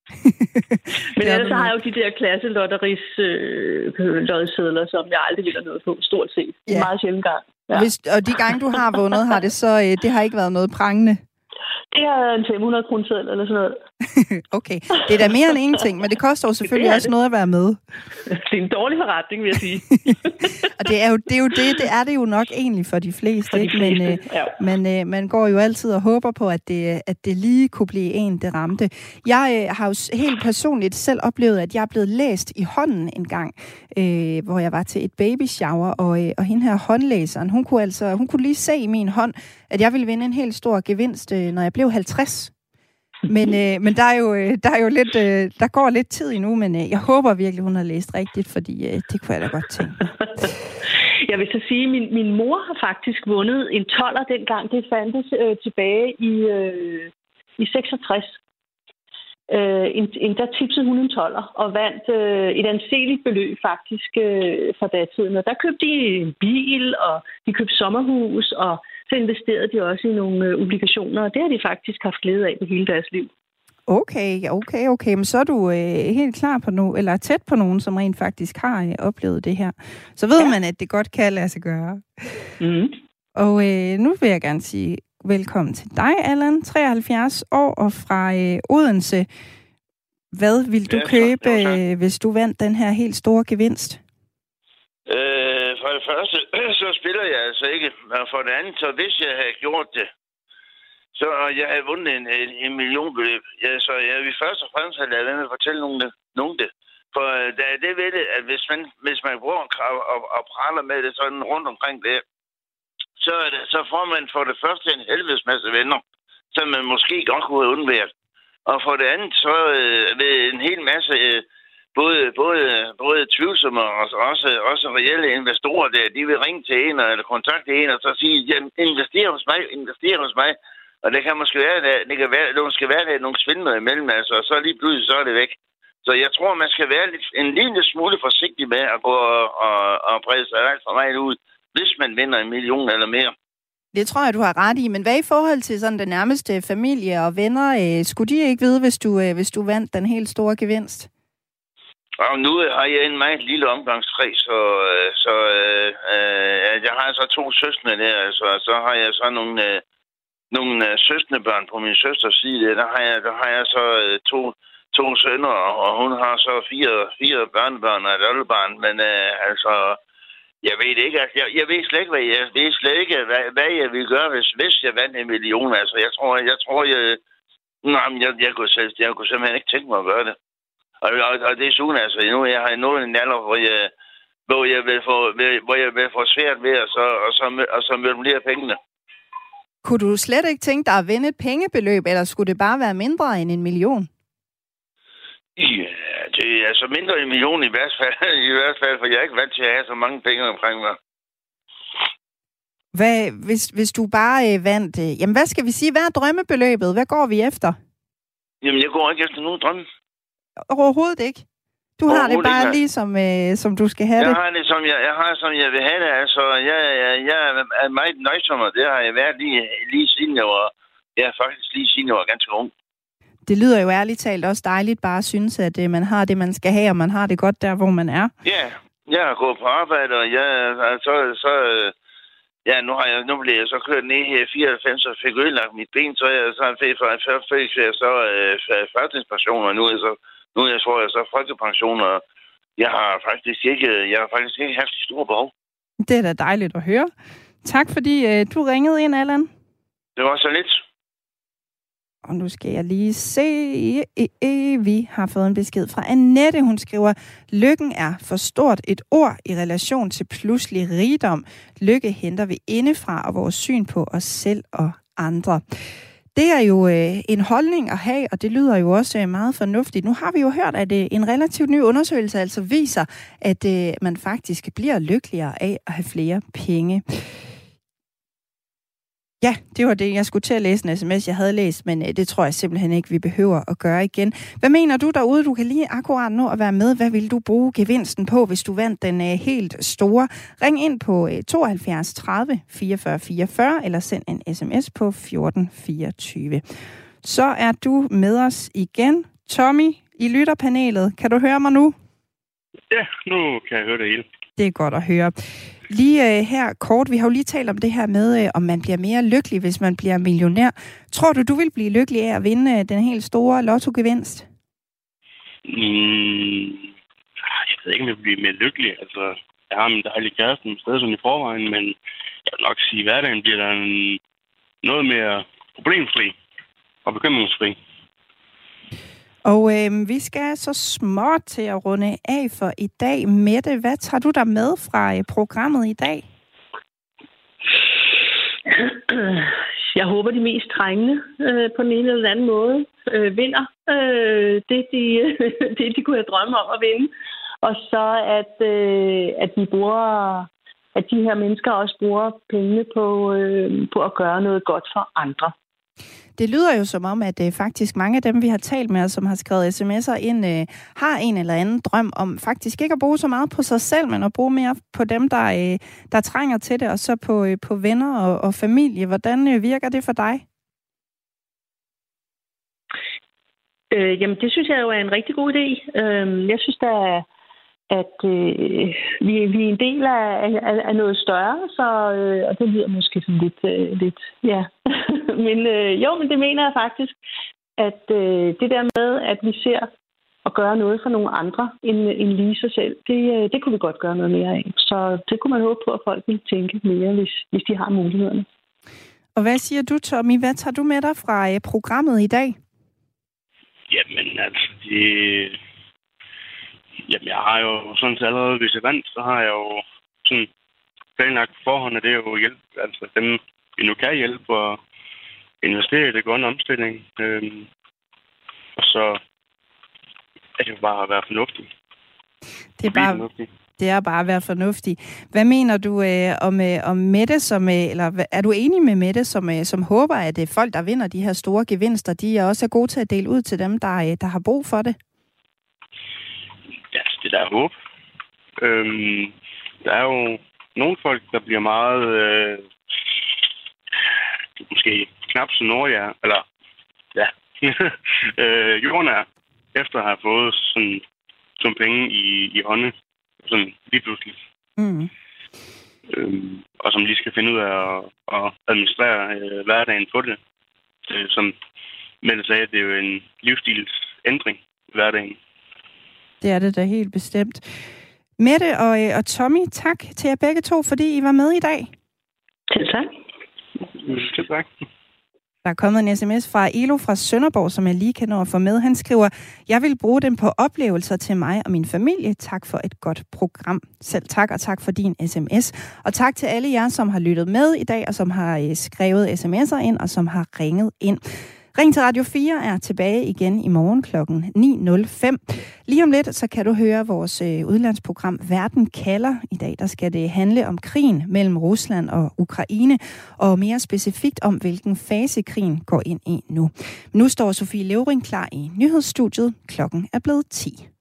I: Men ellers så har jeg jo de der klasselotteris øh, lodsedler, som jeg aldrig vil have noget på, stort set. Det er ja. Meget sjældent gang. Ja.
C: Hvis, og de gange, du har vundet, har det så øh, det har ikke været noget prangende?
I: Det er en fem hundrede kroner seddel eller sådan noget.
C: Okay, det er da mere end ingenting, men det koster jo selvfølgelig det også det. Noget at være med.
I: Det er en dårlig forretning, vil jeg sige.
C: Og det er jo det, er jo det, det er det jo nok egentlig for de fleste, for de fleste men, øh, ja. men øh, man går jo altid og håber på, at det, at det lige kunne blive en, det ramte. Jeg øh, har jo helt personligt selv oplevet, at jeg er blevet læst i hånden en gang, øh, hvor jeg var til et baby shower, og, øh, og hende her håndlæseren, hun kunne altså, hun kunne lige se i min hånd, at jeg ville vinde en helt stor gevinst, øh, når jeg blev halvtreds. Men, øh, men der er jo, øh, der er jo lidt, øh, der går lidt tid endnu, men øh, jeg håber virkelig, hun har læst rigtigt, fordi øh, det kunne jeg da godt tænke.
I: Jeg vil så sige, at min, min mor har faktisk vundet en toller dengang. Det fandtes øh, tilbage i, øh, i seksogtres. Øh, en, en, der tipsede hun en toller og vandt øh, et anseligt beløb faktisk øh, fra datiden. Og der købte de en bil, og de købte sommerhus, og så investerede de også i nogle øh, obligationer, og det har de faktisk haft glæde af på hele deres liv.
C: Okay, okay, okay. Men så er du øh, helt klar på nogen, eller tæt på nogen, som rent faktisk har øh, oplevet det her. Så ved ja. man, at det godt kan lade sig gøre.
I: Mm.
C: Og øh, nu vil jeg gerne sige velkommen til dig, Allan, treoghalvfjerds år og fra øh, Odense. Hvad vil du ja, købe, øh, hvis du vandt den her helt store gevinst?
O: For det første, så spiller jeg altså ikke. Og for det andet, så hvis jeg havde gjort det, Så jeg havde vundet en, en, en millionbeløb. Ja, så jeg vil først og fremmest have lavet være med at fortælle nogen det. Nogen det. For der er det ved det, at hvis man, hvis man bruger en krav og, og praler med det sådan rundt omkring det, så, er det, så får man for det første en helvedes masse venner, som man måske godt kunne have undværet. Og for det andet, så øh, ved en hel masse øh, både, både, både tvivlsomme og også, også reelle investorer, der, de vil ringe til en eller kontakte en og så sige, jamen, invester hos mig, invester hos mig. Og det kan måske være, at det kan være, der skal være der nogle svindler imellem, altså, og så lige pludselig så er det væk. Så jeg tror, man skal være lidt, en lille smule forsigtig med at gå og, og, og brede sig alt for meget ud, hvis man vinder en million eller mere.
C: Det tror jeg, du har ret i. Men hvad i forhold til sådan den nærmeste familie og venner? Øh, skulle de ikke vide, hvis du, øh, hvis du vandt den helt store gevinst?
O: Og nu har jeg en meget lille omgangskreds, så, så øh, øh, jeg har så to søskende der, altså, så har jeg så nogle, øh, nogle øh, søskendebørn på min søsters side. Der har jeg, der har jeg så øh, to, to sønner, og hun har så fire, fire børnebørn og et oldebarn. Men øh, altså, jeg ved ikke, altså, jeg, jeg ved slet ikke, hvad jeg, ved slet ikke hvad, hvad jeg vil gøre, hvis, hvis jeg vandt en million. Altså, jeg tror, jeg, tror, jeg, nej, jeg, jeg, kunne, selv, jeg kunne simpelthen ikke tænke mig at gøre det. Og, og, og det er sådan, altså, nu jeg har nået en alder, hvor jeg, hvor jeg vil få, hvor jeg vil få svært ved, og så, og så, og så møblere pengene.
C: Kunne du slet ikke tænke dig at vinde et pengebeløb, eller skulle det bare være mindre end en million?
O: Ja, det er altså mindre end en million i hvert fald, i hvert fald, for jeg er ikke vant til at have så mange penge omkring mig.
C: Hvad, hvis, hvis du bare øh, vandt, øh, jamen hvad skal vi sige, hvad er drømmebeløbet? Hvad går vi efter?
O: Jamen, jeg går ikke efter nogen drømme.
C: Overhovedet ikke. Du har det bare ikke, lige som, øh, som du skal have
O: jeg
C: det.
O: Har det som jeg, jeg har som jeg vil have det. Altså, jeg, jeg, jeg er meget nøjsom, og det har jeg været lige, lige siden jeg var, jeg er faktisk lige siden jeg var ganske ung.
C: Det lyder jo ærligt talt også dejligt bare at synes, at øh, man har det, man skal have, og man har det godt der, hvor man er.
O: Ja, jeg har gået på arbejde, og jeg, så, så, ja, nu har jeg, nu blev jeg så kørt ned her i fireoghalvfems, og fik ødelagt mit ben, så jeg så fik jeg så øh, førtidspension, og nu er jeg så Nu jeg tror jeg så folkepension, og jeg har faktisk ikke, jeg har faktisk ikke haft de store behov.
C: Det er da dejligt at høre. Tak fordi øh, du ringede ind, Allan.
O: Det var så lidt.
C: Og nu skal jeg lige se. Vi har fået en besked fra Annette. Hun skriver, lykken er for stort et ord i relation til pludselig rigdom. Lykke henter vi indefra og vores syn på os selv og andre. Det er jo øh, en holdning at have, og det lyder jo også øh, meget fornuftigt. Nu har vi jo hørt, at øh, en relativt ny undersøgelse altså viser, at øh, man faktisk bliver lykkeligere af at have flere penge. Ja, det var det. Jeg skulle til at læse en sms, jeg havde læst, men øh, det tror jeg simpelthen ikke, vi behøver at gøre igen. Hvad mener du derude? Du kan lige akkurat nå at være med. Hvad vil du bruge gevinsten på, hvis du vandt den øh, helt store? Ring ind på øh, tooghalvfjerds tredive fireogfyrre fireogfyrre eller send en sms på fjorten fireogtyve. Så er du med os igen. Tommy i lytterpanelet. Kan du høre mig nu?
H: Ja, nu kan jeg høre det hele.
C: Det er godt at høre. Lige øh, her kort, vi har jo lige talt om det her med, øh, om man bliver mere lykkelig, hvis man bliver millionær. Tror du, du vil blive lykkelig af at vinde øh, den helt store lottogevinst?
H: Mm, jeg ved ikke, om jeg vil blive mere lykkelig. Altså, jeg har min dejlige kæreste med stedet sådan i forvejen, men jeg vil nok sige, at hverdagen bliver der en, noget mere problemfri og bekymringsfri.
C: Og øh, vi skal så småt til at runde af for i dag. Mette, hvad tager du der med fra øh, programmet i dag?
I: Jeg håber, de mest trængende øh, på den ene eller anden måde øh, vinder øh, det, de, det, de kunne have drømme om at vinde. Og så at, øh, at, de bruger, at de her mennesker også bruger pengene på, øh, på at gøre noget godt for andre.
C: Det lyder jo som om, at øh, faktisk mange af dem, vi har talt med, som har skrevet sms'er ind, øh, har en eller anden drøm om faktisk ikke at bruge så meget på sig selv, men at bruge mere på dem, der, øh, der trænger til det, og så på, øh, på venner og, og familie. Hvordan øh, virker det for dig?
I: Øh, jamen, det synes jeg jo er en rigtig god idé. Øh, jeg synes, der er at øh, vi, vi er en del af, af, af noget større, så, øh, og det lyder måske sådan lidt, øh, lidt ja. men øh, jo, men det mener jeg faktisk, at øh, det der med, at vi ser og gøre noget for nogle andre end, end lige sig selv, det, øh, det kunne vi godt gøre noget mere af. Så det kunne man håbe på, at folk ville tænke mere, hvis, hvis de har mulighederne.
C: Og hvad siger du, Tommy? Hvad tager du med dig fra øh, programmet i dag?
H: Jamen, altså, det... Jamen, jeg har jo sådan set allerede, hvis jeg vandt, så har jeg jo sådan planlagt på forhånd, at det er jo hjælp. Altså, dem, vi nu kan hjælpe og investere i det grønne omstilling. Øhm, og så er det jo bare at være fornuftig.
C: Det er bare... Det er bare at være fornuftig. Hvad mener du øh, om, øh, om Mette, som, øh, eller er du enig med Mette, som, øh, som håber, at øh, folk, der vinder de her store gevinster, de er også er gode til at dele ud til dem, der, øh, der har brug for det?
H: Ja, det der er håb. Øhm, der er jo nogle folk, der bliver meget, øh, måske knap så nordjær, eller ja, øh, jordnær, efter at have fået sådan, sådan penge i, i hånden. Sådan lige pludselig. Mm. Øhm, og som lige skal finde ud af at, at administrere øh, hverdagen på det. Øh, som Mette sagde, det er jo en livsstilsændring i hverdagen.
C: Det er det da helt bestemt. Mette og, og Tommy, tak til jer begge to, fordi I var med i dag.
I: Til tak.
H: Til tak.
C: Der er kommet en sms fra Elo fra Sønderborg, som jeg lige kan nå at få med. Han skriver, jeg vil bruge den på oplevelser til mig og min familie. Tak for et godt program. Selv tak, og tak for din sms. Og tak til alle jer, som har lyttet med i dag, og som har skrevet sms'er ind, og som har ringet ind. Ring til Radio fire er tilbage igen i morgen klokken ni nul fem. Lige om lidt, så kan du høre vores udlandsprogram Verden kalder. I dag der skal det handle om krigen mellem Rusland og Ukraine, og mere specifikt om, hvilken fase krigen går ind i nu. Nu står Sofie Levering klar i nyhedsstudiet. Klokken er blevet ti.